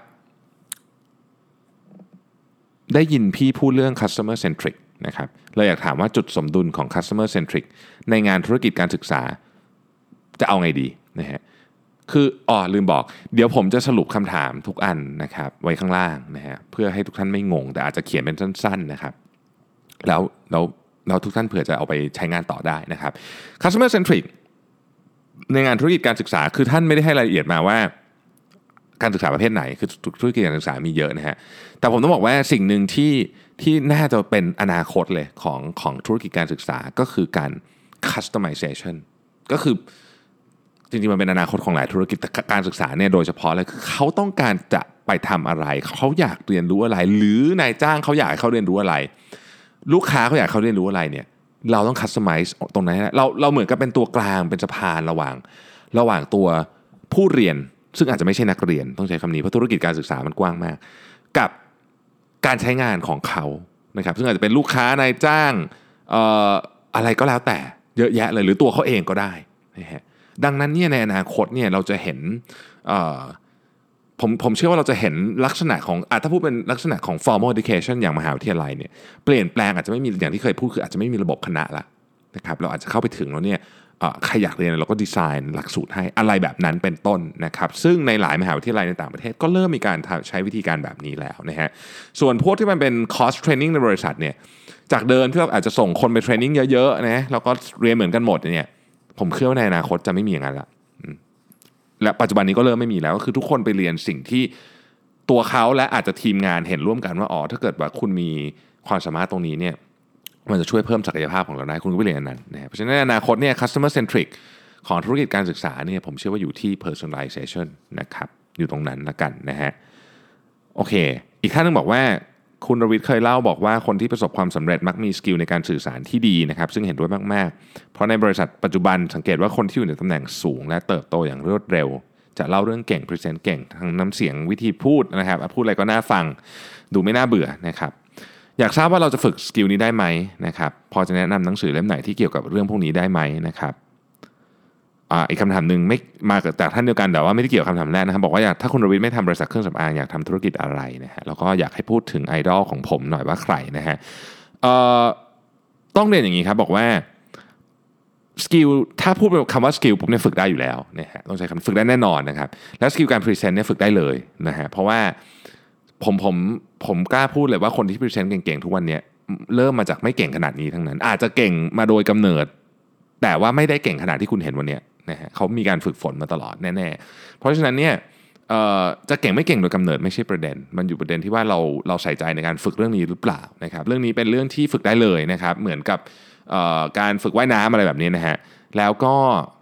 ได้ยินพี่พูดเรื่อง customer centric นะครับเราอยากถามว่าจุดสมดุลของ customer centric ในงานธุรกิจการศึกษาจะเอาไงดีนะฮะคืออ๋อลืมบอกเดี๋ยวผมจะสรุปคำถามทุกอันนะครับไว้ข้างล่างนะฮะเพื่อให้ทุกท่านไม่งงแต่อาจจะเขียนเป็นสั้นๆนะครับแล้วแล้วเราทุกท่านเผื่อจะเอาไปใช้งานต่อได้นะครับ customer centric ในงานธุรกิจการศึกษาคือท่านไม่ได้ให้รายละเอียดมาว่าการศึกษาประเภทไหนคือธุรกิจการศึกษามีเยอะนะฮะแต่ผมต้องบอกว่าสิ่งหนึ่งที่ที่น่าจะเป็นอนาคตเลยของของธุรกิจการศึกษาก็คือการ customization ก็คือจริงๆมันเป็นอนาคตของหลายธุรกิจแต่การศึกษาเนี่ยโดยเฉพาะเลยคือเขาต้องการจะไปทำอะไรเขาอยากเรียนรู้อะไรหรือนายจ้างเขาอยากให้เขาเรียนรู้อะไรลูกค้าเขาอยากให้เขาเรียนรู้อะไรเนี่ยเราต้อง customize ตรงนั้นนะเราเราเหมือนกับเป็นตัวกลางเป็นสะพานระหว่างระหว่างตัวผู้เรียนซึ่งอาจจะไม่ใช่นักเรียนต้องใช้คำนี้เพราะธุรกิจการศึกษามันกว้างมากกับการใช้งานของเขานะครับซึ่งอาจจะเป็นลูกค้านายจ้างเอ่ออะไรก็แล้วแต่เยอะแยะเลยหรือตัวเขาเองก็ได้นะฮะดังนั้นเนี่ยในอนาคตเนี่ยเราจะเห็นผมผมเชื่อว่าเราจะเห็นลักษณะของอ่ะถ้าพูดเป็นลักษณะของ formal education อย่างมหาวิทยาลัยเนี่ยเปลี่ยนแปลงอาจจะไม่มีอย่างที่เคยพูดคืออาจจะไม่มีระบบคณะละนะครับเราอาจจะเข้าไปถึงแล้วเนี่ยใครอยากเรียนเราก็ดีไซน์หลักสูตรให้อะไรแบบนั้นเป็นต้นนะครับซึ่งในหลายมหาวิทยาลัยในต่างประเทศก็เริ่มมีการใช้วิธีการแบบนี้แล้วนะฮะส่วนพวกที่มันเป็นคอร์สเทรนนิ่งในบริษัทเนี่ยจากเดิมที่เราอาจจะส่งคนไปเทรนนิ่งเยอะๆนะแล้วก็เรียนเหมือนกันหมดเนี่ยผมเชื่อว่าในอนาคตจะไม่มีอย่างนั้นละและปัจจุบันนี้ก็เริ่มไม่มีแล้วก็คือทุกคนไปเรียนสิ่งที่ตัวเขาและอาจจะทีมงานเห็นร่วมกันว่าอ๋อถ้าเกิดว่าคุณมีความสามารถตรงนี้เนี่ยมันจะช่วยเพิ่มศักยภาพของเราได้คุณก็ไปเรียนอันนั้นนะเพราะฉะนั้นในอนาคตเนี่ย customer centric ของธุรกิจการศึกษาเนี่ยผมเชื่อว่าอยู่ที่ personalization นะครับอยู่ตรงนั้นละกันนะฮะโอเคอีกท่านนึงบอกว่าคุณรวิทย์เคยเล่าบอกว่าคนที่ประสบความสำเร็จมักมีสกิลในการสื่อสารที่ดีนะครับซึ่งเห็นด้วยมากๆเพราะในบริษัทปัจจุบันสังเกตว่าคนที่อยู่ในตำแหน่งสูงและเติบโตอย่างรวดเร็วจะเล่าเรื่องเก่งพรีเซนต์เก่งทั้งน้ำเสียงวิธีพูดนะครับพูดอะไรก็น่าฟังดูไม่น่าเบื่อนะครับอยากทราบว่าเราจะฝึกสกิลนี้ได้ไหมนะครับพอจะแนะนำหนังสือเล่มไหนที่เกี่ยวกับเรื่องพวกนี้ได้ไหมนะครับอ่าอีกคำถามหนึ่งไม่มาจากท่านเดียวกันแต่ว่าไม่ได้เกี่ยวกับคำถามแรกนะครับบอกว่าอยากถ้าคุณรวิทย์ไม่ทำบริษัทเครื่องสำอางอยากทำธุรกิจอะไรนะฮะแล้วก็อยากให้พูดถึงไอดอลของผมหน่อยว่าใครนะฮะเอ่อต้องเรียนอย่างนี้ครับบอกว่าสกิลถ้าพูดคำว่าสกิลผมเนี่ยฝึกได้อยู่แล้วนะฮะต้องใช้คำฝึกได้แน่นอนนะครับแล้วสกิลการพรีเซนต์เนี่ยฝึกได้เลยนะฮะเพราะว่าผมผมผมกล้าพูดเลยว่าคนที่พรีเซนต์เก่งๆทุกวันนี้เริ่มมาจากไม่เก่งขนาดนี้ทั้งนั้นอาจจะเก่งมาโดยกำเนิดแต่ว่าไม่ได้เก่งขนาดที่คุณเห็นวันนี้นะฮะเขามีการฝึกฝนมาตลอดแน่ๆเพราะฉะนั้นเนี่ยจะเก่งไม่เก่งโดยกำเนิดไม่ใช่ประเด็นมันอยู่ประเด็นที่ว่าเราเราใส่ใจในการฝึกเรื่องนี้หรือเปล่านะครับเรื่องนี้เป็นเรื่องที่ฝึกได้เลยนะครับเหมือนกับการฝึกว่ายน้ำอะไรแบบนี้นะฮะแล้วก็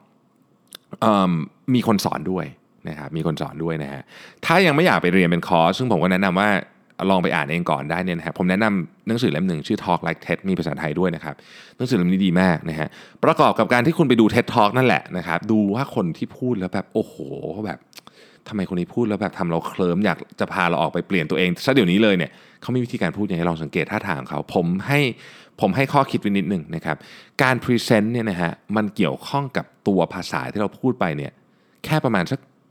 มีคนสอนด้วยนะครับมีคนสอนด้วยนะฮะถ้ายังไม่อยากไปเรียนเป็นคอร์สซึ่งผมก็แนะนำว่าลองไปอ่านเองก่อนได้เนี่ยนะครับผมแนะนำหนังสือเล่มหนึ่งชื่อ Talk Like TED มีภาษาไทยด้วยนะครับหนังสือเล่มนี้ดีมากนะฮะประกอบกับการที่คุณไปดู TED Talk นั่นแหละนะครับดูว่าคนที่พูดแล้วแบบโอ้โหแบบทำไมคนนี้พูดแล้วแบบทำเราเคลิ้มอยากจะพาเราออกไปเปลี่ยนตัวเองซะเดี๋ยวนี้เลยเนี่ยเขามีวิธีการพูดยังไงลองสังเกตท่าทางเขาผมให้ผมให้ข้อคิดไว้นิดนึงนะครับการพรีเซนต์เนี่ยนะฮะมันเกี่ยวข้องกับตัวภาษาที่เราพูดไปเนี่ยแค่ประมาณสัก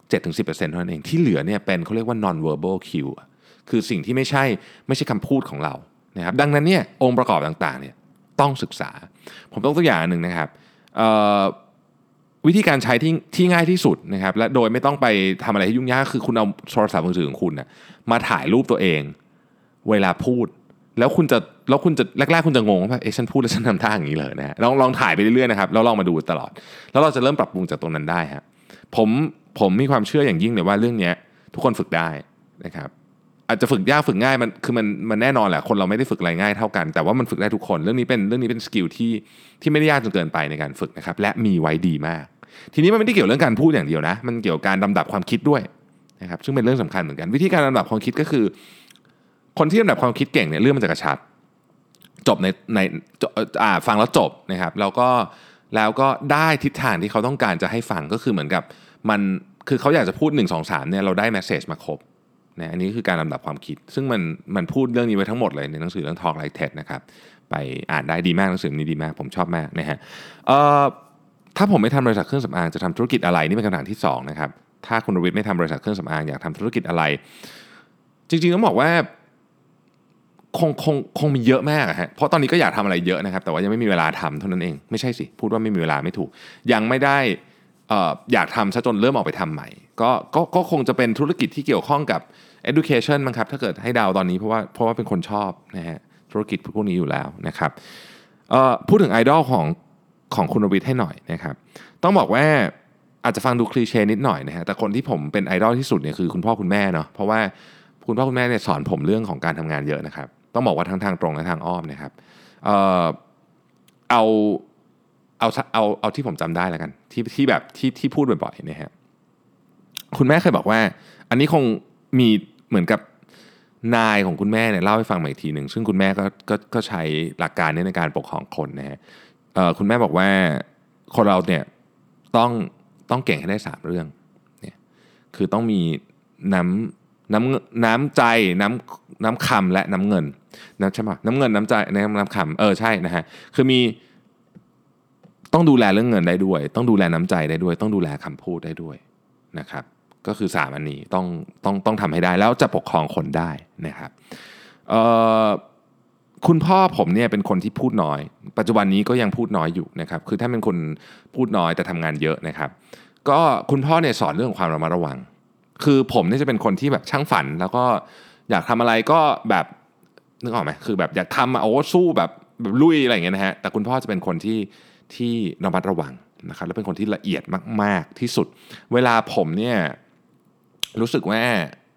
เจ็ดถึงสิบเปอร์เซ็นต์ เท่านั้นเองที่เหลือเนี่ยเป็นเขาเรียกว่า non verbal cue คือสิ่งที่ไม่ใช่ไม่ใช่คำพูดของเรานะครับดังนั้นเนี่ยองค์ประกอบต่างๆเนี่ยต้องศึกษาผมต้องตัวอย่างหนึ่งนะครับวิธีการใช้ที่ที่ง่ายที่สุดนะครับและโดยไม่ต้องไปทำอะไรที่ยุ่งยากคือคุณเอาโทรศัพท์มือถือของคุณนะมาถ่ายรูปตัวเองเวลาพูดแล้วคุณจะแล้วคุณจะแรกๆคุณจะงงว่าเอ๊ะฉันพูดแล้วฉันทำท่าอย่างนี้เลยนะลองลองถ่ายไปเรื่อยๆนะครับแล้วลองมาดูตลอดแล้วเราจะเริ่มปรับปรุงจากตรงนั้นได้ครับผมผมมีความเชื่ออย่างยิ่งเลยว่าเรื่องนี้ทุกคนฝึกได้นะครับอาจจะฝึกยากฝึกง่ายมันคือมันมันแน่นอนแหละคนเราไม่ได้ฝึกอะไรง่ายเท่ากันแต่ว่ามันฝึกได้ทุกคนเรื่องนี้เป็นเรื่องนี้เป็นสกิลที่ที่ไม่ได้ยากจนเกินไปในการฝึกนะครับและมีไว้ดีมากทีนี้มันไม่ได้เกี่ยวเรื่องการพูดอย่างเดียวนะมันเกี่ยวกับการลำดับความคิดด้วยนะครับซึ่งเป็นเรื่องสำคัญเหมือนกันวิธีการลำดับความคิดก็คือคนที่ลำดับความคิดเก่งเนี่ยเรื่องมันจะกระชับจบในในอ่าฟังแล้วจบนะครับแล้วก็แล้วก็ได้ทิศทางที่เขาต้องการจะให้ฟังก็คือเหมือนกับมันคือเขาอยากจะพูดหนึ่ง สอง สามเนี่ยเราได้เมสเสจมาครบนะอันนี้คือการลำดับความคิดซึ่งมันมันพูดเรื่องนี้ไว้ทั้งหมดเลยในหนังสือเรื่อง Talk Like TED นะครับไปอ่านได้ดีมากหนังสือนี้ดีมากผมชอบมากนะฮะเอ่อถ้าผมไม่ทำบริษัทเครื่องสำอางจะทำธุรกิจอะไรนี่เป็นคำถามที่สองนะครับถ้าคุณรวิทย์ไม่ทำบริษัทเครื่องสำอางอยากทำธุรกิจอะไรจริงๆต้องบอกว่าคงคงคงมีเยอะมากฮะเพราะตอนนี้ก็อยากทำอะไรเยอะนะครับแต่ว่ายังไม่มีเวลาทำเท่านั้นเองไม่ใช่สิพูดว่าไม่มีเวลาไม่ถูกยังไม่ได้เอ่ออยากทำซะจนเริ่มออกไปทำใหม่ก็ก็ก็คงจะเป็นธุรกิจที่เกี่ยวข้องกับ education มั้งครับถ้าเกิดให้เดาตอนนี้เพราะว่าเพราะว่าเป็นคนชอบนะฮะธุรกิจพวกนี้อยู่แล้วนะครับเอ่อพูดถึงไอดอลของของคุณรวิทย์ให้หน่อยนะครับต้องบอกว่าอาจจะฟังดูคลีเช่นิดหน่อยนะฮะแต่คนที่ผมเป็นไอดอลที่สุดเนี่ยคือคุณพ่อคุณแม่เนาะเพราะว่าคุณพ่อคุณแม่เนี่ยสอนผมเรื่องของการทำงานเยอะนะครับต้องบอกว่าทั้งทางตรงและทางอ้อมนะครับเอ่อเอาเอาเอาเอาที่ผมจำได้แล้วกันที่ที่แบบที่ที่พูดบ่อยๆนะฮะคุณแม่เคยบอกว่าอันนี้คงมีเหมือนกับนายของคุณแม่เนี่ยเล่าให้ฟังมาอีกทีหนึ่งซึ่งคุณแม่ก็ก็ก็ใช้หลักการนี้ในการปกครองคนนะฮะเอ่อคุณแม่บอกว่าคนเราเนี่ยต้องต้องเก่งให้ได้สามเรื่องเนี่ยคือต้องมีน้ำน้ำน้ำใจน้ำน้ำคำและน้ำเงินน้ำใช่ไหมน้ำเงินน้ำใจน้ำน้ำคำเออใช่นะฮะคือมีต้องดูแลเรื่องเงินได้ด้วยต้องดูแลน้ำใจได้ด้วยต้องดูแลคำพูดได้ด้วยนะครับก็คือสามอันนี้ต้องต้องต้องทำให้ได้แล้วจะปกครองคนได้นะครับเอ่อคุณพ่อผมเนี่ยเป็นคนที่พูดน้อยปัจจุบันนี้ก็ยังพูดน้อยอยู่นะครับคือถ้าเป็นคนพูดน้อยแต่ทำงานเยอะนะครับก็คุณพ่อเนี่ยสอนเรื่องความระมัดระวังคือผมเนี่ยจะเป็นคนที่แบบช่างฝันแล้วก็อยากทำอะไรก็แบบนึกออกไหมคือแบบอยากทำโอ้สู้แบบแบบลุยอะไรอย่างเงี้ยนะฮะแต่คุณพ่อจะเป็นคนที่ที่ระมัดระวังนะครับและเป็นคนที่ละเอียดมากๆที่สุดเวลาผมเนี่ยรู้สึกว่า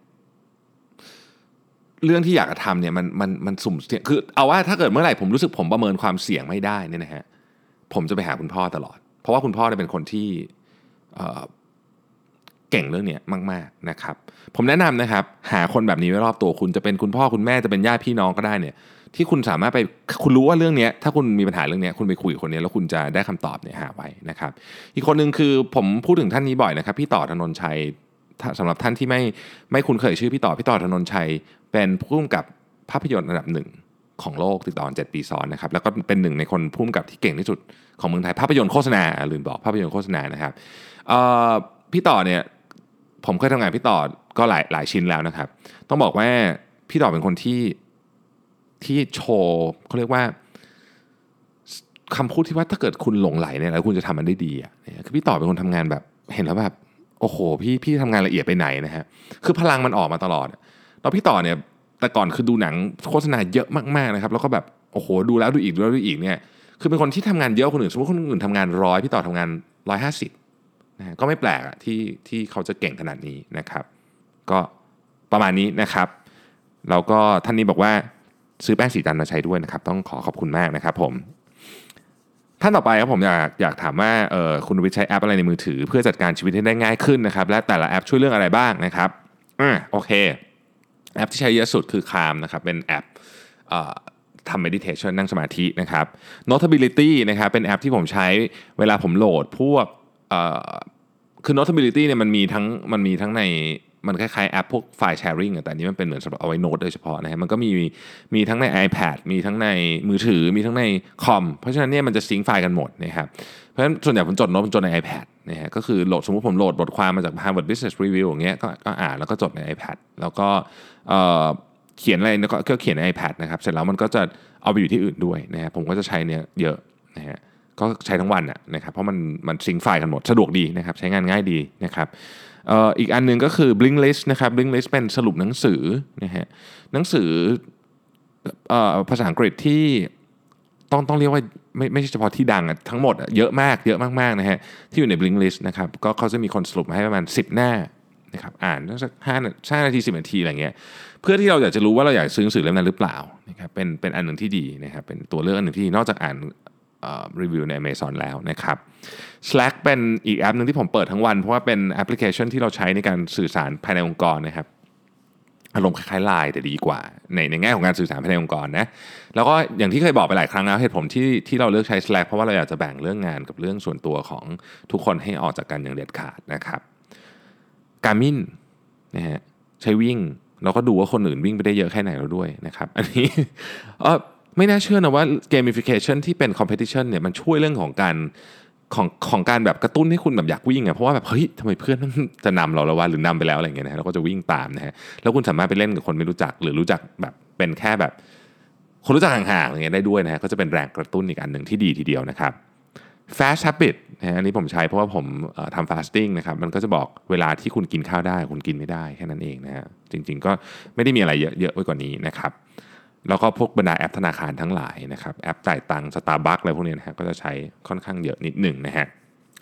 เรื่องที่อยากจะทำเนี่ยมันมันมันสุ่มเสี่ยงคือเอาว่าถ้าเกิดเมื่อไหร่ผมรู้สึกผมประเมินความเสี่ยงไม่ได้เนี่ยนะฮะผมจะไปหาคุณพ่อตลอดเพราะว่าคุณพ่อเนี่ยเป็นคนที่เก่งเรื่องนี้มากๆนะครับผมแนะนำนะครับหาคนแบบนี้ไว้รอบตัวคุณจะเป็นคุณพ่อคุณแม่จะเป็นญาติพี่น้องก็ได้เนี่ยที่คุณสามารถไปคุณรู้ว่าเรื่องนี้ถ้าคุณมีปัญหาเรื่องนี้คุณไปคุยกับคนนี้แล้วคุณจะได้คำตอบเนี่ยหาไว้นะครับอีกคนนึงคือผมพูดถึงท่านนี้บ่อยนะครับพี่ต่อธนนชัยสำหรับท่านที่ไม่ไม่คุ้นเคยชื่อพี่ต่อพี่ต่อธนนชัยเป็นผู้กำกับภาพยนตร์อันดับหนึ่งของโลกติดต่อเจ็ดปีซ้อนนะครับแล้วก็เป็นหนึ่งในคนผู้กำกับที่เก่งที่สุดของเมืองไทยภาพยนตร์โฆษณาลืมบอกภาพยนตร์โฆษณานะครับพี่ต่อเนี่ยผมเคยทำงานพี่ต่อก็หลายหลายชิ้นแล้วนะครับต้องบอกว่าพี่ต่อเป็นคนที่ที่โชว์เขาเรียกว่าคำพูดที่ว่าถ้าเกิดคุณหลงไหลเนี่ยแล้วคุณจะทำมันได้ดีอ่ะคือพี่ต่อเป็นคนทำงานแบบเห็นแล้วแบบโอ้โหพี่พี่ทำงานละเอียดไปไหนนะฮะคือพลังมันออกมาตลอดแล้วพี่ต่อเนี่ยแต่ก่อนคือดูหนังโฆษณาเยอะมากๆนะครับแล้วก็แบบโอ้โหดูแล้วดูอีกดูแล้วดูอีกเนี่ยคือเป็นคนที่ทำงานเยอะคนอื่นสมมติคนอื่นทำงานร้อยพี่ต่อทำงานร้อยห้าสิบนะก็ไม่แปลกที่ที่เขาจะเก่งขนาดนี้นะครับก็ประมาณนี้นะครับแล้วก็ท่านนี้บอกว่าซื้อแป้งสีจันทร์มาใช้ด้วยนะครับต้องขอขอบคุณมากนะครับผมท่านต่อไปครับผมอยากอยากถามว่าเออคุณวิทย์ใช้แอปอะไรในมือถือเพื่อจัดการชีวิตให้ได้ง่ายขึ้นนะครับและแต่ละแอปช่วยเรื่องอะไรบ้างนะครับอ่าโอเคแอปที่ใช้เยอะสุดคือ Calm นะครับเป็นแอปเอ่อทำ meditation นั่งสมาธินะครับ Notability นะครับเป็นแอปที่ผมใช้เวลาผมโหลดพวกเอ่อคือ Notability เนี่ยมันมีทั้งมันมีทั้งในมันคล้ายๆแอปพวกไฟล์แชร์ริ่งแต่อันนี้มันเป็นเหมือนสำหรับเอาไว้โน้ตโดยเฉพาะนะฮะมันก็มีมีทั้งใน iPad มีทั้งในมือถือมีทั้งในคอมเพราะฉะนั้นเนี่ยมันจะซิงค์ไฟล์กันหมดนะครับเพราะฉะนั้นส่วนใหญ่ผมจดโน้ตผมจดใน iPad นะฮะก็คือโหลดสมมุติผมโหลดบทความมาจาก Harvard Business Review อย่างเงี้ยก็ก็อ่านแล้วก็จดใน iPad แล้วก็เอ่อเขียนอะไรก็เขียนใน iPad นะครับเสร็จแล้วมันก็จะเอาไปอยู่ที่อื่นด้วยนะฮะผมก็จะใช้เนี่ยเยอะนะฮะก็ใช้ทั้งวันนะครับเพราะมันมันซิงค์ไฟล์กันหมดสะดวกดีนะครับใช้งานง่ายดีนะครับเอ่ออีกอันนึงก็คือ Blinkist นะครับ Blinkist เป็นสรุปหนังสือนะฮะหนังสือเอ่อภาษาอังกฤษที่ต้องต้องเรียกว่าไม่ไม่ใช่เฉพาะที่ดังทั้งหมดเยอะมากเยอะมากๆนะฮะที่อยู่ใน Blinkist นะครับก็เขาจะมีคนสรุปมาให้ประมาณสิบหน้านะครับอ่านสักห้านาทีสิบนาทีอะไรเงี้ยเพื่อที่เราอยากจะรู้ว่าเราอยากซื้อหนังสือเล่มนั้นหรือเปล่านะครับเป็นเป็นอันหนึ่งที่ดีนะครับเป็นตัวเลือกอันหนึ่งที่นอกจากอ่านรีวิวใน Amazon แล้วนะครับ Slack เป็นอีกแอปนึงที่ผมเปิดทั้งวันเพราะว่าเป็นแอปพลิเคชันที่เราใช้ในการสื่อสารภายในองค์กรนะครับอารมณ์คล้ายๆ ไลน์ แต่ดีกว่าในในแง่ของการสื่อสารภายในองค์กรนะแล้วก็อย่างที่เคยบอกไปหลายครั้งแล้วเหตุผลที่ที่เราเลือกใช้ Slack เพราะว่าเราอยากจะแบ่งเรื่องงานกับเรื่องส่วนตัวของทุกคนให้ออกจากกันอย่างเด็ดขาดนะครับ Garmin นะฮะใช้วิ่งเราก็ดูว่าคนอื่นวิ่งไปได้เยอะแค่ไหนแล้วด้วยนะครับอันนี้เออไม่น่าเชื่อนะว่า gamification ที่เป็น competition เนี่ยมันช่วยเรื่องของการของของการแบบกระตุ้นให้คุณแบบอยากวิ่งอ่ะเพราะว่าแบบเฮ้ยทำไมเพื่อนจะนำเราแล้วว่าหรือนำไปแล้วอะไรอย่างเงี้ยนะเราก็จะวิ่งตามนะฮะแล้วคุณสามารถไปเล่นกับคนไม่รู้จักหรือรู้จักแบบเป็นแค่แบบคนรู้จักห่างๆอย่างเงี้ยได้ด้วยนะฮะก็จะเป็นแรงกระตุ้นอีกอันหนึ่งที่ดีทีเดียวนะครับ Fast Habit นะฮะอันนี้ผมใช้เพราะว่าผมทำ fasting นะครับมันก็จะบอกเวลาที่คุณกินข้าวได้คุณกินไม่ได้แค่นั้นเองนะฮะจริงๆก็ไม่ได้มีอะไรเยอะเยอะไว้กว่านี้นะครับแล้วก็พวกบรรดาแอปธนาคารทั้งหลายนะครับแอปจ่ายตังค์ Starbucks อะไรพวกนี้นะฮะก็จะใช้ค่อนข้างเยอะนิดหนึ่งนะฮะ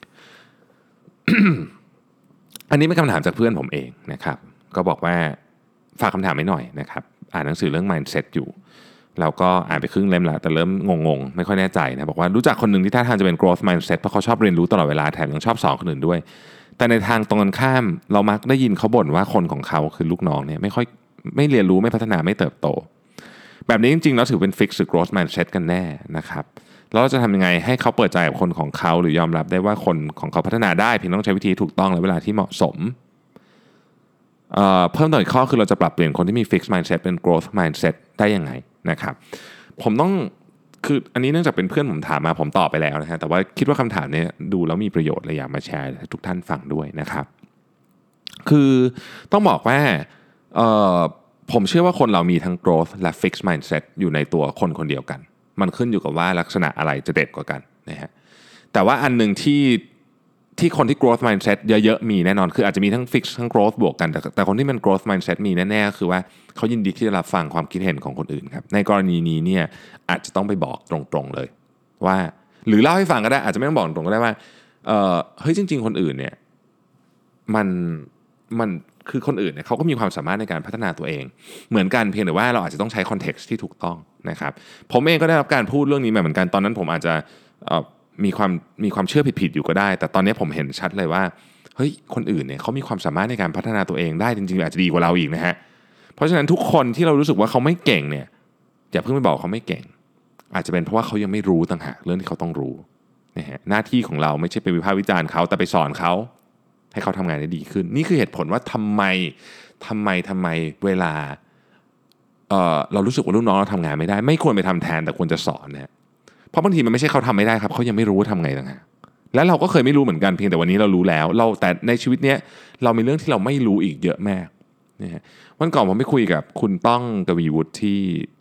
อันนี้เป็นคำถามจากเพื่อนผมเองนะครับก็บอกว่าฝากคำถามไว้หน่อยนะครับอ่านหนังสือเรื่อง mindset อยู่แล้วก็อ่านไปครึ่งเล่มแล้วแต่เริ่มงงๆไม่ค่อยแน่ใจนะบอกว่ารู้จักคนหนึ่งที่ท่าทางจะเป็น growth mindset เพราะเขาชอบเรียนรู้ตลอดเวลาแถมยังชอบสอนคนอื่นด้วยแต่ในทางตรงกันข้ามเรามักได้ยินเขาบ่นว่าคนของเขาคือลูกน้องเนี่ยไม่ค่อยไม่เรียนรู้ไม่พัฒนาไม่เติบโตแบบนี้จริงๆแล้วถือเป็น fix หรือ growth mindset กันแน่นะครับแล้วเราจะทำยังไงให้เขาเปิดใจกับคนของเขาหรือยอมรับได้ว่าคนของเขาพัฒนาได้เพียงต้องใช้วิธีถูกต้องและเวลาที่เหมาะสมเอ่อเพิ่มเติมอีกข้อคือเราจะปรับเปลี่ยนคนที่มี fixed mindset เป็น growth mindset ได้ยังไงนะครับผมต้องคืออันนี้เนื่องจากเป็นเพื่อนผมถามมาผมตอบไปแล้วนะฮะแต่ว่าคิดว่าคำถามนี้ดูแล้วมีประโยชน์เลยอยากมาแชร์ให้ทุกท่านฟังด้วยนะครับคือต้องบอกว่าเอ่อผมเชื่อว่าคนเรามีทั้ง growth และ fixed mindset อยู่ในตัวคนคนเดียวกันมันขึ้นอยู่กับว่าลักษณะอะไรจะเด่นกว่ากันนะฮะแต่ว่าอันนึงที่ที่คนที่ growth mindset เยอะๆมีแน่นอนคืออาจจะมีทั้ง fix ทั้ง growth บวกกันแต่แต่คนที่มัน growth mindset มีแน่ๆคือว่าเขายินดีที่จะรับฟังความคิดเห็นของคนอื่นครับในกรณีนี้เนี่ยอาจจะต้องไปบอกตรงๆเลยว่าหรือเล่าให้ฟังก็ได้อาจจะไม่ต้องบอกตรงก็ได้ว่าเออเฮ้ยจริงๆคนอื่นเนี่ยมันมันคือคนอื่นเนี่ยเขาก็มีความสามารถในการพัฒนาตัวเองเหมือนกันเพียงแต่ว่าเราอาจจะต้องใช้คอนเท็กซ์ที่ถูกต้องนะครับผมเองก็ได้รับการพูดเรื่องนี้มาเหมือนกันตอนนั้นผมอาจจะมีความมีความเชื่อผิดๆอยู่ก็ได้แต่ตอนนี้ผมเห็นชัดเลยว่าเฮ้ยคนอื่นเนี่ยเขามีความสามารถในการพัฒนาตัวเองได้จริงๆอาจจะดีกว่าเราอีกนะฮะเพราะฉะนั้นทุกคนที่เรารู้สึกว่าเขาไม่เก่งเนี่ยอย่าเพิ่งไปบอกเขาไม่เก่งอาจจะเป็นเพราะว่าเขายังไม่รู้ต่างหากเรื่องที่เขาต้องรู้นะฮะหน้าที่ของเราไม่ใช่ไปวิพากษ์วิจารณ์เขาแต่ไปสอนเขาให้เขาทำงานได้ดีขึ้นนี่คือเหตุผลว่าทำไมทำไมทำไมเวลา เอ่อเรารู้สึกว่าลูกน้องเราทำงานไม่ได้ไม่ควรไปทำแทนแต่ควรจะสอนนะเพราะบางทีมันไม่ใช่เขาทำไม่ได้ครับเขายังไม่รู้ว่าทำไงต่างหากและเราก็เคยไม่รู้เหมือนกันเพียงแต่วันนี้เรารู้แล้วเราแต่ในชีวิตเนี้ยเรามีเรื่องที่เราไม่รู้อีกเยอะมากนะฮะวันก่อนผมไปคุยกับคุณต้องกวีวุฒิที่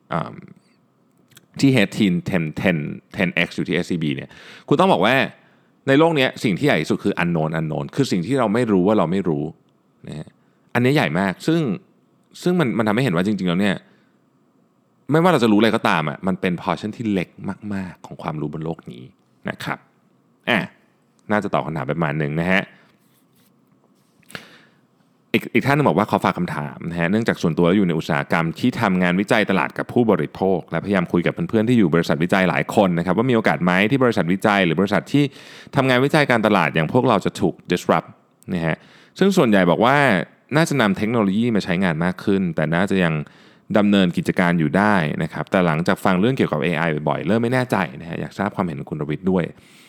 ที่ Head Team 10 10 10x อยู่ที่ เอส ซี บี เนี่ยคุณต้องบอกว่าในโลกนี้สิ่งที่ใหญ่ที่สุดคือ unknown unknown คือสิ่งที่เราไม่รู้ว่าเราไม่รู้นะฮะอันนี้ใหญ่มากซึ่งซึ่งมันมันทำให้เห็นว่าจริงๆแล้วเนี่ยไม่ว่าเราจะรู้อะไรก็ตามอ่ะมันเป็น portion ที่เล็กมากๆของความรู้บนโลกนี้นะครับอ่ะน่าจะตอบคำถามประมาณหนึ่งนะฮะอีกอีกท่านนึงบอกว่าขอฝากคำถามนะฮะเนื่องจากส่วนตัวแล้วอยู่ในอุตสาหกรรมที่ทำงานวิจัยตลาดกับผู้บริโภคและพยายามคุยกับเพื่อนๆที่อยู่บริษัทวิจัยหลายคนนะครับว่ามีโอกาสไหมที่บริษัทวิจัยหรือบริษัทที่ทำงานวิจัยการตลาดอย่างพวกเราจะถูก disrupt นะฮะซึ่งส่วนใหญ่บอกว่าน่าจะนำเทคโนโลยีมาใช้งานมากขึ้นแต่น่าจะยังดำเนินกิจการอยู่ได้นะครับแต่หลังจากฟังเรื่องเกี่ยวกับ เอ ไอ บ่อยๆเริ่มไม่แน่ใจนะฮะอยากทราบความเห็นของคุณรวิทย์ด้วย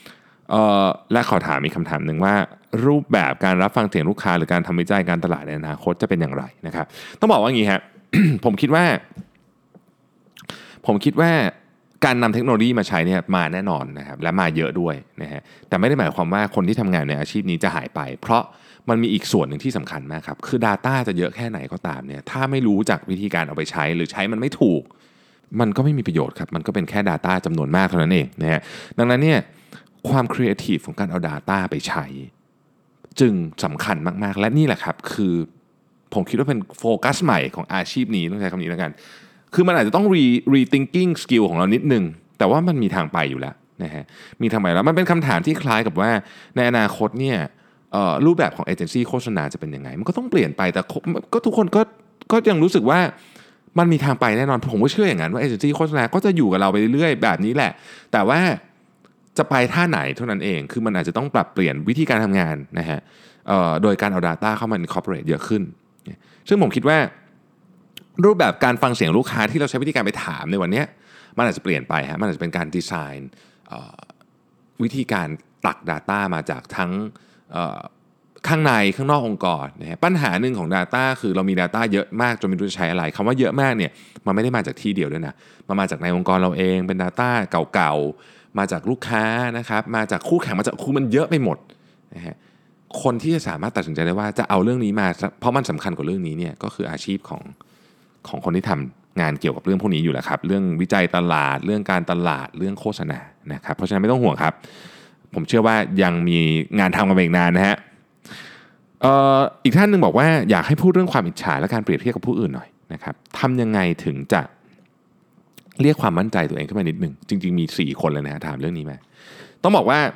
เอ่อและขอถามอีกคำถามหนึ่งว่ารูปแบบการรับฟังเสียงลูกค้าหรือการทำวิจัยการตลาดในอนาคตจะเป็นอย่างไรนะครับต้องบอกว่าอย่างนี้ฮะ ผมคิดว่าผมคิดว่าการนำเทคโนโลยีมาใช้เนี่ยมาแน่นอนนะครับและมาเยอะด้วยนะฮะแต่ไม่ได้หมายความว่าคนที่ทำงานในอาชีพนี้จะหายไปเพราะมันมีอีกส่วนหนึ่งที่สำคัญมากครับคือ Data จะเยอะแค่ไหนก็ตามเนี่ยถ้าไม่รู้จักวิธีการเอาไปใช้หรือใช้มันไม่ถูกมันก็ไม่มีประโยชน์ครับมันก็เป็นแค่ Data จำนวนมากเท่านั้นเองนะฮะดังนั้นเนี่ยความครีเอทีฟของการเอา Data ไปใช้จึงสำคัญมากๆและนี่แหละครับคือผมคิดว่าเป็นโฟกัสใหม่ของอาชีพนี้ต้องใช้คำนี้แล้วกันคือมันอาจจะต้อง re rethinking skill ของเรานิดนึงแต่ว่ามันมีทางไปอยู่แล้วนะฮะมีทางไปแล้วมันเป็นคำถามที่คล้ายกับว่าในอนาคตเนี่ยรูปแบบของเอเจนซี่โฆษณาจะเป็นยังไงมันก็ต้องเปลี่ยนไปแต่ก็ทุกคนก็ก็ยังรู้สึกว่ามันมีทางไปแน่นอนผมก็เชื่ออย่างนั้นว่าเอเจนซี่โฆษณาก็จะอยู่กับเราไปเรื่อยๆแบบนี้แหละแต่ว่าจะไปท่าไหนเท่านั้นเองคือมันอาจจะต้องปรับเปลี่ยนวิธีการทำงานนะฮะโดยการเอา Data เข้ามา incorporate เยอะขึ้นซึ่งผมคิดว่ารูปแบบการฟังเสียงลูกค้าที่เราใช้วิธีการไปถามในวันนี้มันอาจจะเปลี่ยนไปฮะมันอาจจะเป็นการดีไซน์วิธีการตัก Data มาจากทั้งข้างในข้างนอกองค์กรนะฮะปัญหาหนึ่งของ Data คือเรามี Data เยอะมากจนไม่รู้จะใช้อะไรคำว่าเยอะมากเนี่ยมันไม่ได้มาจากที่เดียวด้วยนะมันมาจากในองค์กรเราเองเป็น Data เก่าๆมาจากลูกค้านะครับมาจากคู่แข่งมาจากคือมันเยอะไปหมดนะฮะคนที่จะสามารถตัดสินใจได้ว่าจะเอาเรื่องนี้มาเพราะมันสำคัญกว่าเรื่องนี้เนี่ยก็คืออาชีพของของคนที่ทำงานเกี่ยวกับเรื่องพวกนี้อยู่แล้วครับเรื่องวิจัยตลาดเรื่องการตลาดเรื่องโฆษณานะครับเพราะฉะนั้นไม่ต้องห่วงครับผมเชื่อว่ายังมีงานทำกันอีกนานนะฮะเอ่ออีกท่านหนึ่งบอกว่าอยากให้พูดเรื่องความอิจฉาและการเปรียบเทียบกับผู้อื่นหน่อยนะครับทำยังไงถึงจะเรียกความมั่นใจตัวเองขึ้นมานิดหนึ่งจริงๆมีสี่คนเลยนะฮะถามเรื่องนี้มาต้องบอกว่า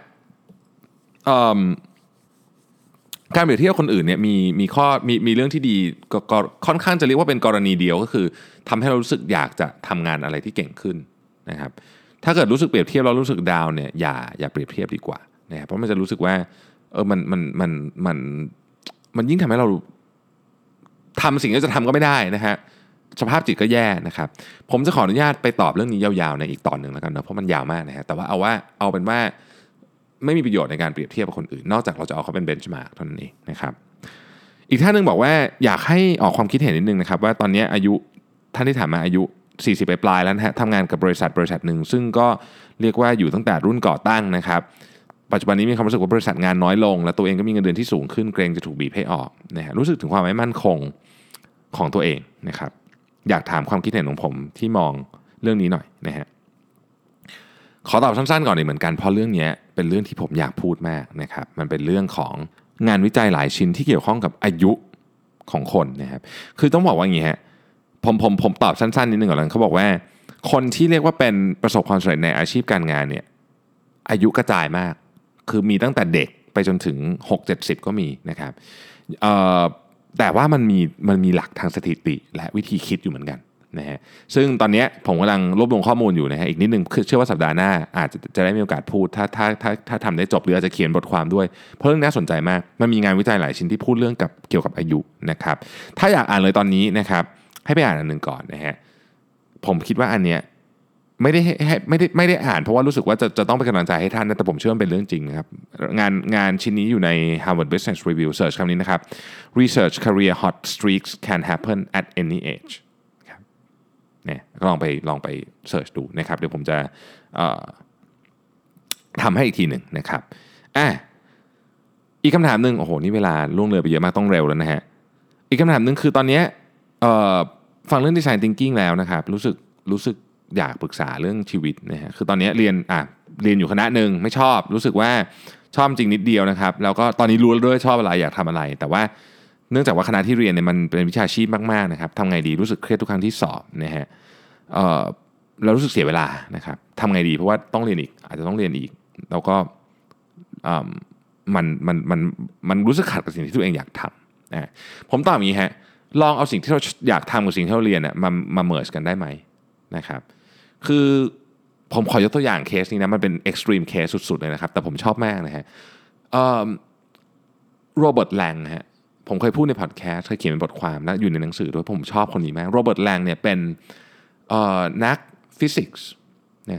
การเปรียบเทียบคนอื่นเนี่ยมีมีข้อมีมีเรื่องที่ดีก็ค่อนข้างจะเรียกว่าเป็นกรณีเดียวก็คือทำให้เรารู้สึกอยากจะทำงานอะไรที่เก่งขึ้นนะครับถ้าเกิดรู้สึกเปรียบเทียบเรารู้สึกดาวเนี่ยอย่าอย่าเปรียบเทียบดีกว่านะครับเพราะมันจะรู้สึกว่าเออมันมันมันมันมันยิ่งทำให้เราทำสิ่งที่จะทำก็ไม่ได้นะฮะสภาพจิตก็แย่นะครับผมจะขออนุญาตไปตอบเรื่องนี้ยาวๆในอีกตอนหนึ่งแล้วกันนะเพราะมันยาวมากนะฮะแต่ว่าเอาว่าเอาเป็นว่าไม่มีประโยชน์ในการเปรียบเทียบกับคนอื่นนอกจากเราจะเอาเขาเป็นเบนช์มาร์กเท่านั้นเองนะครับอีกท่านหนึ่งบอกว่าอยากให้ออกความคิดเห็นนิดนึงนะครับว่าตอนนี้อายุท่านที่ถามมาอายุสี่สิบปลายแล้วนะฮะทำงานกับบริษัทบริษัทหนึ่งซึ่งก็เรียกว่าอยู่ตั้งแต่รุ่นก่อตั้งนะครับปัจจุบันนี้มีความรู้สึกว่าบริษัทงานน้อยลงและตัวเองก็มีเงินเดือนที่สูงขึ้นเกรงจะถูกบีบให้ออกนะฮะรู้สึกถึงความไม่มั่นคงของตัวเองนะครับอยากถามความคิดเห็นของผมที่มองเรื่องนี้หน่อยนะฮะขอตอบสั้นๆก่อนเลยเหมือนกันเพราะเรื่องนี้เป็นเรื่องที่ผมอยากพูดมากนะครับมันเป็นเรื่องของงานวิจัยหลายชิ้นที่เกี่ยวข้องกับอายุของคนนะครับคือต้องบอกว่าอย่างนี้ฮะผมผมผมตอบสั้นๆนิดนึงก่อนเลยเขาบอกว่าคนที่เรียกว่าเป็นประสบความสำเร็จในอาชีพการงานเนี่ยอายุกระจายมากคือมีตั้งแต่เด็กไปจนถึง หกเจ็ดสิบ ก็มีนะครับเอ่อแต่ว่ามันมีมันมีหลักทางสถิติและวิธีคิดอยู่เหมือนกันนะฮะซึ่งตอนนี้ผมกำลังรวบรวมข้อมูลอยู่นะฮะอีกนิดนึงเชื่อว่าสัปดาห์หน้าอาจจะจะได้มีโอกาสพูดถ้าถ้าถ้าถ้าทำได้จบหรืออาจจะเขียนบทความด้วยเพราะเรื่องน่าสนใจมากมันมีงานวิจัยหลายชิ้นที่พูดเรื่องกับเกี่ยวกับอายุนะครับถ้าอยากอ่านเลยตอนนี้นะครับให้ไปอ่านอันหนึ่งก่อนนะฮะผมคิดว่าอันเนี้ยไม่ได้ให้ไม่ได้ไม่ได้อ่านเพราะว่ารู้สึกว่าจะจะต้องเป็นกำลังใจให้ท่านนะแต่ผมเชื่อว่าเป็นเรื่องจริงนะครับงานงานชิ้นนี้อยู่ใน Harvard Business Review Search คำนี้นะครับ Research Career Hot Streaks Can Happen at Any Age ครับเนี่ยก็ลองไปลองไปเสิร์ชดูนะครับเดี๋ยวผมจะทำให้อีกทีหนึ่งนะครับอ่ะอีกคำถามหนึ่งโอ้โหนี่เวลาล่วงเลยไปเยอะมากต้องเร็วแล้วนะฮะอีกคำถามหนึ่งคือตอนนี้ฟังเรื่อง Design Thinking แล้วนะครับรู้สึกรู้สึกอยากปรึกษาเรื่องชีวิตนะฮะคือตอนนี้เรียนอ่ะเรียนอยู่คณะหนึ่งไม่ชอบรู้สึกว่าชอบจริงนิดเดียวนะครับแล้วก็ตอนนี้รู้แล้วด้วยชอบอะไรอยากทำอะไรแต่ว่าเนื่องจากว่าคณะที่เรียนเนี่ยมันเป็นวิชาชีพมากๆนะครับทำไงดีรู้สึกเครียดทุกครั้งที่สอบนะฮะเอ่อเรารู้สึกเสียเวลานะครับทำไงดีเพราะว่าต้องเรียนอีกอาจจะต้องเรียนอีกแล้วก็อ่ามันมันมันมันรู้สึกขัดกับสิ่งที่ตัวเองอยากทำนะผมตอบอย่างนี้ฮะลองเอาสิ่งที่เราอยากทำกับสิ่งที่เราเรียนเนี่ยมามาเมิร์จกันได้ไหมนะครับคือผมขอยกตัวอย่างเคสนี้นะมันเป็นเอ็กซ์ตรีมเคสสุดๆเลยนะครับแต่ผมชอบมากนะฮะโรเบิร์ตแลงฮะผมเคยพูดในพอดแคสต์เคยเขียนเป็นบทความและอยู่ในหนังสือด้วยผมชอบคนนี้มากโรเบิร์ตแลงเนี่ยเป็นนักฟิสิกส์นะครับ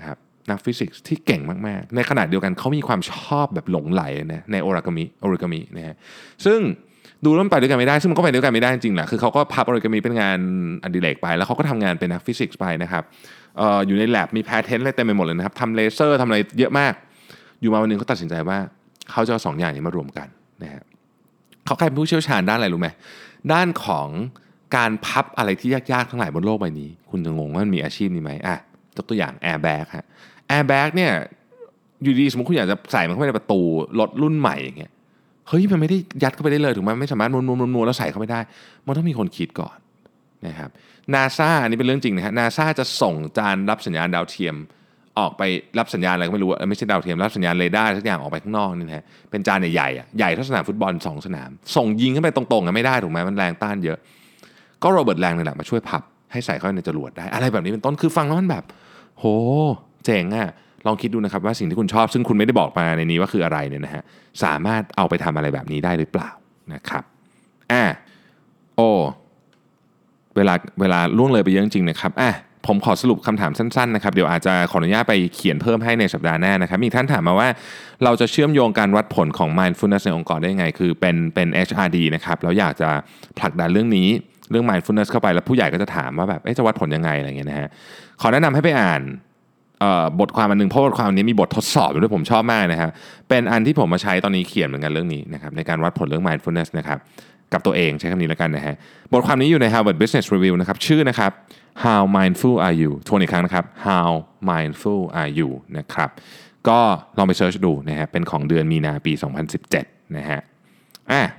นักฟิสิกส์ที่เก่งมากๆในขณะเดียวกันเขามีความชอบแบบหลงไหลนะในโอรากามิโอริกามินะฮะซึ่งดูแล้วมันไปด้วยกันไม่ได้ซึ่งมันก็ไปด้วยกันไม่ได้จริงๆแหละคือเขาก็พับโอริกามิเป็นงานอดิเรกไปแล้วเขาก็ทำงานเป็นนักฟิสิกส์ไปนะครับเอ่ออยู่ในแลบมีแพทเทนต์อะไรเต็มไปหมดเลยนะครับทำเลเซอร์ทำอะไรเยอะมากอยู่มาวันนึงเขาตัดสินใจว่าเขาจะเอาสองอย่างนี้มารวมกันนะฮะเขากลายเป็นผู้เชี่ยวชาญด้านอะไรรู้ไหมด้านของการพับอะไรที่ยากๆทั้งหลายบนโลกใบนี้คุณจะงงว่ามันมีอาชีพนี้ไหมอ่ะยกตัวอย่างแอร์แบ็กฮะแอร์แบ็กเนี่ยอยู่ดีสมมติคุณอยากจะใส่มันเข้าไปในประตูรถรุ่นใหม่อย่างเงี้ยเฮ้ยมันไม่ได้ยัดเข้าไปได้เลยถูกไหมไม่สามารถม้วนๆๆแล้วใส่เข้าไปได้มันต้องมีคนคิดก่อนนะครับ NASA อันนี้เป็นเรื่องจริงนะฮะ NASA จะส่งจานรับสัญญาณดาวเทียมออกไปรับสัญญาณอะไรก็ไม่รู้ไม่ใช่ดาวเทียมรับสัญญาณเรดาร์สักอย่างออกไปข้างนอกนี่นะฮะเป็นจานใหญ่ๆอ่ะใหญ่เท่าสนามฟุตบอลสองสนามส่งยิงขึ้นไปตรงๆกันไม่ได้ถูกไหมมันแรงต้านเยอะก็โรเบิร์ตแรงนี่แหละมาช่วยพับให้ใส่เข้าในจรวดได้อะไรแบบนี้เป็นต้นคือฟังแล้วมันแบบโหเจ๋งอ่ะลองคิดดูนะครับว่าสิ่งที่คุณชอบซึ่งคุณไม่ได้บอกมาในนี้ว่าคืออะไรเนี่ยนะฮะสามารถเอาไปทำอะไรแบบนี้ได้หรือเปล่านะครับอ่ะโอ้เวลาเวลาล่วงเลยไปเยอะจริงๆนะครับอ่ะผมขอสรุปคำถามสั้นๆนะครับเดี๋ยวอาจจะขออนุญาตไปเขียนเพิ่มให้ในสัปดาห์หน้านะครับมีท่านถามมาว่าเราจะเชื่อมโยงการวัดผลของ mindfulness ในองค์กรได้ยังไงคือเป็นเป็น เอช อาร์ ดี นะครับแล้วอยากจะผลักดันเรื่องนี้เรื่อง mindfulness เข้าไปแล้วผู้ใหญ่ก็จะถามว่าแบบจะวัดผลยังไงอะไรเงี้ยนะฮะขอแนะนำให้ไปอ่านบทความอันนึงเพราะบทความนี้มีบททดสอบด้วยผมชอบมากนะครับเป็นอันที่ผมมาใช้ตอนนี้เขียนเหมือนกันเรื่องนี้นะครับในการวัดผลเรื่อง mindfulness นะครับกับตัวเองใช้คำนี้แล้วกันนะฮะบทความนี้อยู่ใน Harvard Business Review นะครับชื่อนะครับ How mindful are you ทวนอีกครั้งนะครับ How mindful are you นะครับก็ลองไปเสิร์ชดูนะฮะเป็นของเดือนมีนาปีสองพันสิบเจ็ดนะฮะอ่ะ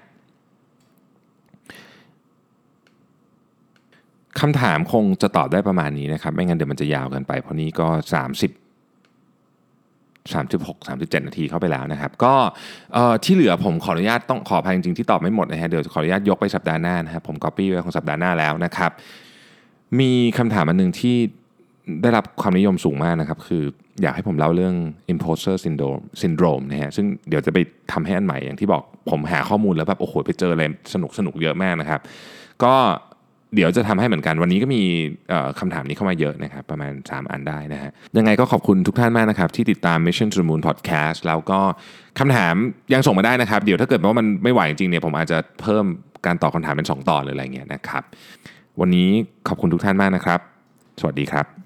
คำถามคงจะตอบได้ประมาณนี้นะครับไม่งั้นเดี๋ยวมันจะยาวเกินไปเพราะนี้ก็สามสิบ สามสิบหก สามสิบเจ็ดนาทีเข้าไปแล้วนะครับก็ที่เหลือผมขออนุญาตต้องขออภัยจริงๆที่ตอบไม่หมดนะฮะเดี๋ยวขออนุญาตยกไปสัปดาห์หน้านะครับผม copy ไว้ของสัปดาห์หน้าแล้วนะครับมีคำถามอันนึงที่ได้รับความนิยมสูงมากนะครับคืออยากให้ผมเล่าเรื่อง imposter syndrome syndrome นะฮะซึ่งเดี๋ยวจะไปทำให้อันใหม่อย่างที่บอกผมหาข้อมูลแล้วแบบโอ้โหไปเจออะไรสนุกสนุกเยอะมากนะครับก็เดี๋ยวจะทำให้เหมือนกันวันนี้ก็มีคำถามนี้เข้ามาเยอะนะครับประมาณสามอันได้นะฮะยังไงก็ขอบคุณทุกท่านมากนะครับที่ติดตาม Mission to the Moon Podcast แล้วก็คำถามยังส่งมาได้นะครับเดี๋ยวถ้าเกิดว่ามันไม่ไหวจริงๆเนี่ยผมอาจจะเพิ่มการตอบคำถามเป็นสองตอนหรืออะไรเงี้ยนะครับวันนี้ขอบคุณทุกท่านมากนะครับสวัสดีครับ